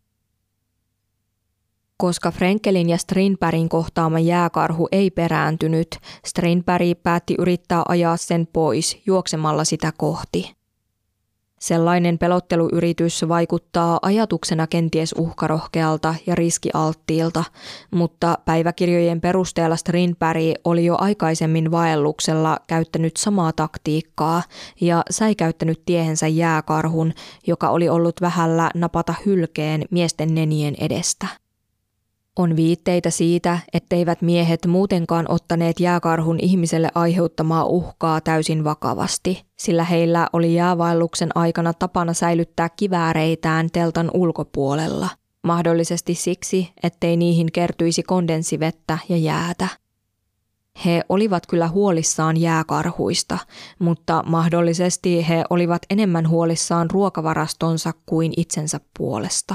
Koska Frenkelin ja Strindbergin kohtaama jääkarhu ei perääntynyt, Strindberg päätti yrittää ajaa sen pois juoksemalla sitä kohti. Sellainen pelotteluyritys vaikuttaa ajatuksena kenties uhkarohkealta ja riskialttiilta, mutta päiväkirjojen perusteella Strindberg oli jo aikaisemmin vaelluksella käyttänyt samaa taktiikkaa ja säikäyttänyt tiehensä jääkarhun, joka oli ollut vähällä napata hylkeen miesten nenien edestä. On viitteitä siitä, etteivät miehet muutenkaan ottaneet jääkarhun ihmiselle aiheuttamaa uhkaa täysin vakavasti, sillä heillä oli jäävaelluksen aikana tapana säilyttää kivääreitään teltan ulkopuolella, mahdollisesti siksi, ettei niihin kertyisi kondenssivettä ja jäätä. He olivat kyllä huolissaan jääkarhuista, mutta mahdollisesti he olivat enemmän huolissaan ruokavarastonsa kuin itsensä puolesta.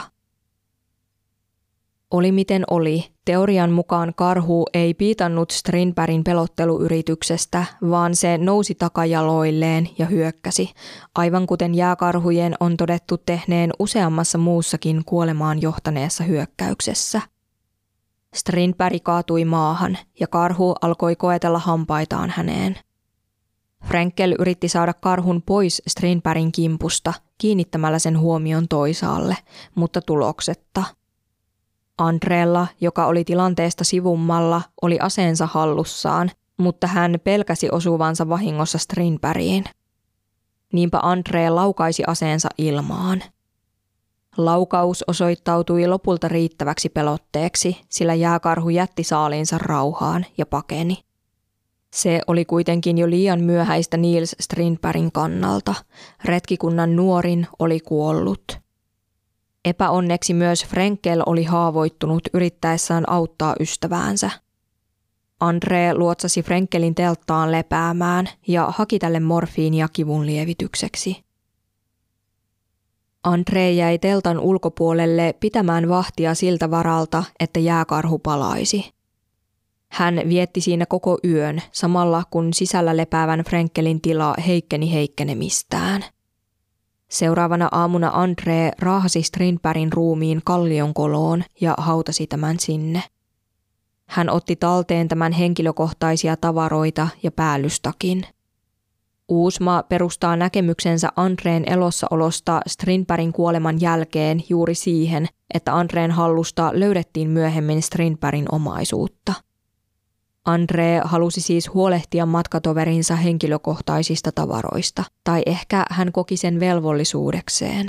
Oli miten oli, teorian mukaan karhu ei piitannut Strindbergin pelotteluyrityksestä, vaan se nousi takajaloilleen ja hyökkäsi, aivan kuten jääkarhujen on todettu tehneen useammassa muussakin kuolemaan johtaneessa hyökkäyksessä. Strindberg kaatui maahan ja karhu alkoi koetella hampaitaan häneen. Frenkel yritti saada karhun pois Strindbergin kimpusta kiinnittämällä sen huomion toisaalle, mutta tuloksetta. Andreella, joka oli tilanteesta sivummalla, oli aseensa hallussaan, mutta hän pelkäsi osuvansa vahingossa Strindbergiin. Niinpä Andre laukaisi aseensa ilmaan. Laukaus osoittautui lopulta riittäväksi pelotteeksi, sillä jääkarhu jätti saaliinsa rauhaan ja pakeni. Se oli kuitenkin jo liian myöhäistä Niels Strindbergin kannalta. Retkikunnan nuorin oli kuollut. Epäonneksi myös Frenkel oli haavoittunut yrittäessään auttaa ystäväänsä. Andre luotsasi Frenkelin telttaan lepäämään ja haki tälle morfiinia kivun lievitykseksi. Andre jäi teltan ulkopuolelle pitämään vahtia siltä varalta, että jääkarhu palaisi. Hän vietti siinä koko yön, samalla kun sisällä lepäävän Frenkelin tila heikkeni heikkenemistään. Seuraavana aamuna Andre raahasi Strindbergin ruumiin Kallionkoloon ja hautasi tämän sinne. Hän otti talteen tämän henkilökohtaisia tavaroita ja päällystakin. Uusma perustaa näkemyksensä Andreen elossaolosta Strindbergin kuoleman jälkeen juuri siihen, että Andreen hallusta löydettiin myöhemmin Strindbergin omaisuutta. Andre halusi siis huolehtia matkatoverinsa henkilökohtaisista tavaroista, tai ehkä hän koki sen velvollisuudekseen.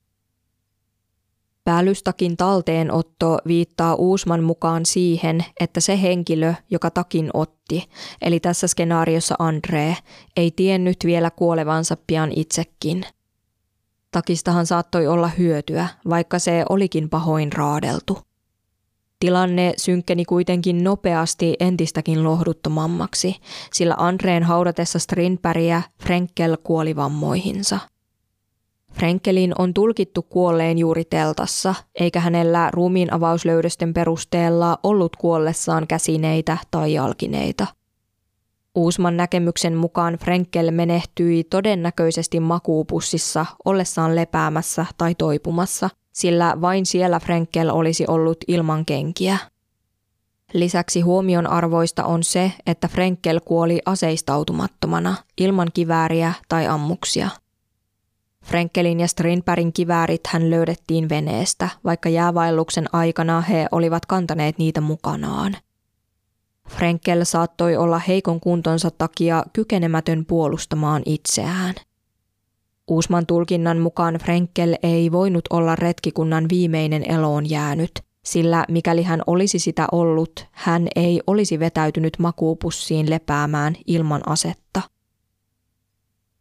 Päällystakin talteenotto viittaa Uusman mukaan siihen, että se henkilö, joka takin otti, eli tässä skenaariossa Andre, ei tiennyt vielä kuolevansa pian itsekin. Takistahan saattoi olla hyötyä, vaikka se olikin pahoin raadeltu. Tilanne synkkeni kuitenkin nopeasti entistäkin lohduttomammaksi, sillä Andreen haudatessa Strindbergiä Frenkel kuoli vammoihinsa. Frenkelin on tulkittu kuolleen juuri teltassa, eikä hänellä ruumiin avauslöydösten perusteella ollut kuollessaan käsineitä tai jalkineita. Uusman näkemyksen mukaan Frenkel menehtyi todennäköisesti makuupussissa ollessaan lepäämässä tai toipumassa, sillä vain siellä Frenkel olisi ollut ilman kenkiä. Lisäksi huomionarvoista on se, että Frenkel kuoli aseistautumattomana, ilman kivääriä tai ammuksia. Frenkelin ja Strindbergin kiväärit hän löydettiin veneestä, vaikka jäävaelluksen aikana he olivat kantaneet niitä mukanaan. Frenkel saattoi olla heikon kuntonsa takia kykenemätön puolustamaan itseään. Uusman tulkinnan mukaan Frenkel ei voinut olla retkikunnan viimeinen eloon jäänyt, sillä mikäli hän olisi sitä ollut, hän ei olisi vetäytynyt makuupussiin lepäämään ilman asetta.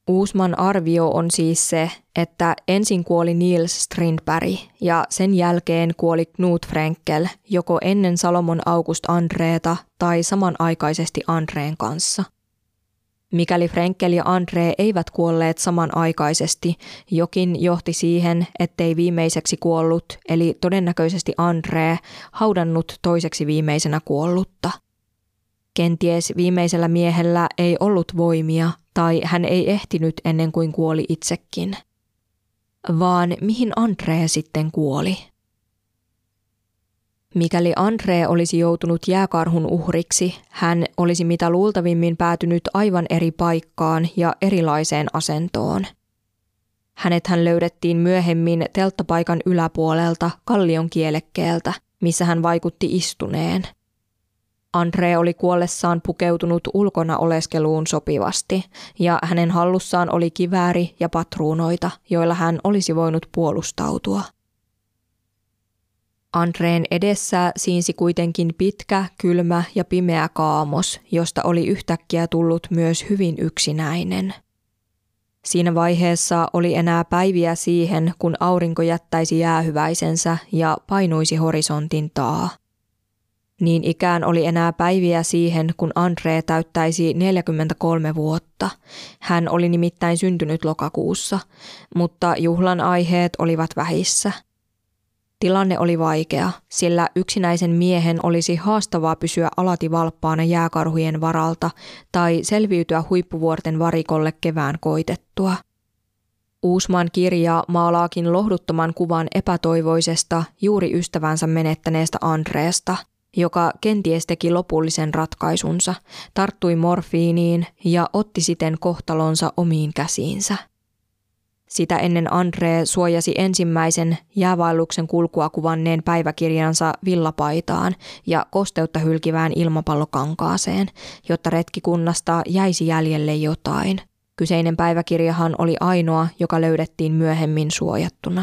Uusman arvio on siis se, että ensin kuoli Niels Strindberg ja sen jälkeen kuoli Knut Frenkel joko ennen Salomon August Andréta tai samanaikaisesti Andreen kanssa. Mikäli Frenkel ja André eivät kuolleet samanaikaisesti, jokin johti siihen, ettei viimeiseksi kuollut, eli todennäköisesti André, haudannut toiseksi viimeisenä kuollutta. Kenties viimeisellä miehellä ei ollut voimia tai hän ei ehtinyt ennen kuin kuoli itsekin. Vaan mihin André sitten kuoli? Mikäli André olisi joutunut jääkarhun uhriksi, hän olisi mitä luultavimmin päätynyt aivan eri paikkaan ja erilaiseen asentoon. Hänethän löydettiin myöhemmin telttapaikan yläpuolelta kallion kielekkeeltä, missä hän vaikutti istuneen. André oli kuollessaan pukeutunut ulkona oleskeluun sopivasti, ja hänen hallussaan oli kivääri ja patruunoita, joilla hän olisi voinut puolustautua. Andreen edessä siinsi kuitenkin pitkä, kylmä ja pimeä kaamos, josta oli yhtäkkiä tullut myös hyvin yksinäinen. Siinä vaiheessa oli enää päiviä siihen, kun aurinko jättäisi jäähyväisensä ja painuisi horisontin taa. Niin ikään oli enää päiviä siihen, kun André täyttäisi 43 vuotta. Hän oli nimittäin syntynyt lokakuussa, mutta juhlan aiheet olivat vähissä. Tilanne oli vaikea, sillä yksinäisen miehen olisi haastavaa pysyä alati valppaana jääkarhujen varalta tai selviytyä huippuvuorten varikolle kevään koitettua. Uusman kirja maalaakin lohduttoman kuvan epätoivoisesta, juuri ystävänsä menettäneestä Andreesta, joka kenties teki lopullisen ratkaisunsa, tarttui morfiiniin ja otti siten kohtalonsa omiin käsiinsä. Sitä ennen André suojasi ensimmäisen jäävaelluksen kulkua kuvanneen päiväkirjansa villapaitaan ja kosteutta hylkivään ilmapallokankaaseen, jotta retkikunnasta jäisi jäljelle jotain. Kyseinen päiväkirjahan oli ainoa, joka löydettiin myöhemmin suojattuna.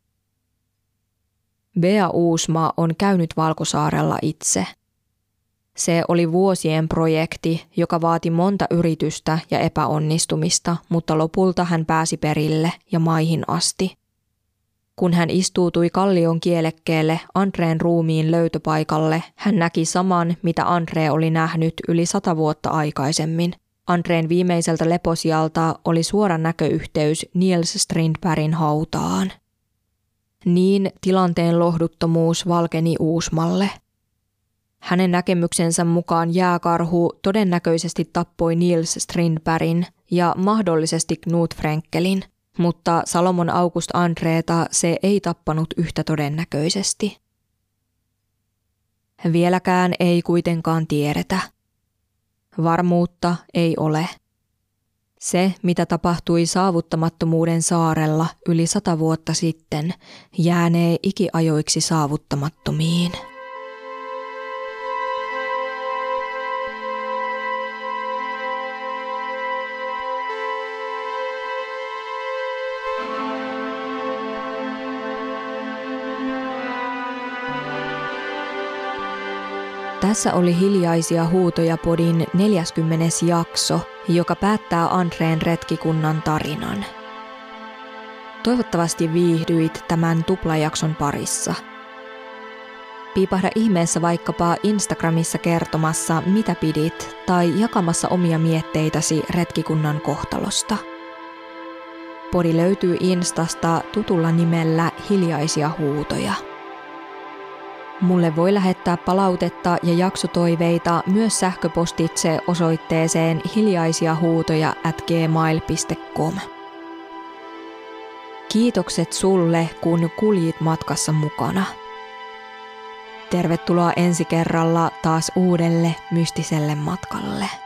Bea Uusma on käynyt Valkosaarella itse. Se oli vuosien projekti, joka vaati monta yritystä ja epäonnistumista, mutta lopulta hän pääsi perille ja maihin asti. Kun hän istuutui kallion kielekkeelle Andreen ruumiin löytöpaikalle, hän näki saman, mitä André oli nähnyt yli 100 vuotta aikaisemmin. Andreen viimeiseltä leposijalta oli suora näköyhteys Niels Strindbergin hautaan. Niin tilanteen lohduttomuus valkeni Uusmalle. Hänen näkemyksensä mukaan jääkarhu todennäköisesti tappoi Niels Strindbergin ja mahdollisesti Knut Frenkelin, mutta Salomon August Andréta se ei tappanut yhtä todennäköisesti. Vieläkään ei kuitenkaan tiedetä. Varmuutta ei ole. Se, mitä tapahtui saavuttamattomuuden saarella yli 100 vuotta sitten, jäänee ikiajoiksi saavuttamattomiin. Tässä oli Hiljaisia huutoja -podin 40. jakso, joka päättää Andreen retkikunnan tarinan. Toivottavasti viihdyit tämän tuplajakson parissa. Piipahda ihmeessä vaikkapa Instagramissa kertomassa, mitä pidit, tai jakamassa omia mietteitäsi retkikunnan kohtalosta. Podi löytyy Instasta tutulla nimellä Hiljaisia huutoja. Mulle voi lähettää palautetta ja jaksotoiveita myös sähköpostitse osoitteeseen hiljaisiahuutoja@gmail.com. Kiitokset sulle, kun kuljit matkassa mukana. Tervetuloa ensi kerralla taas uudelle mystiselle matkalle.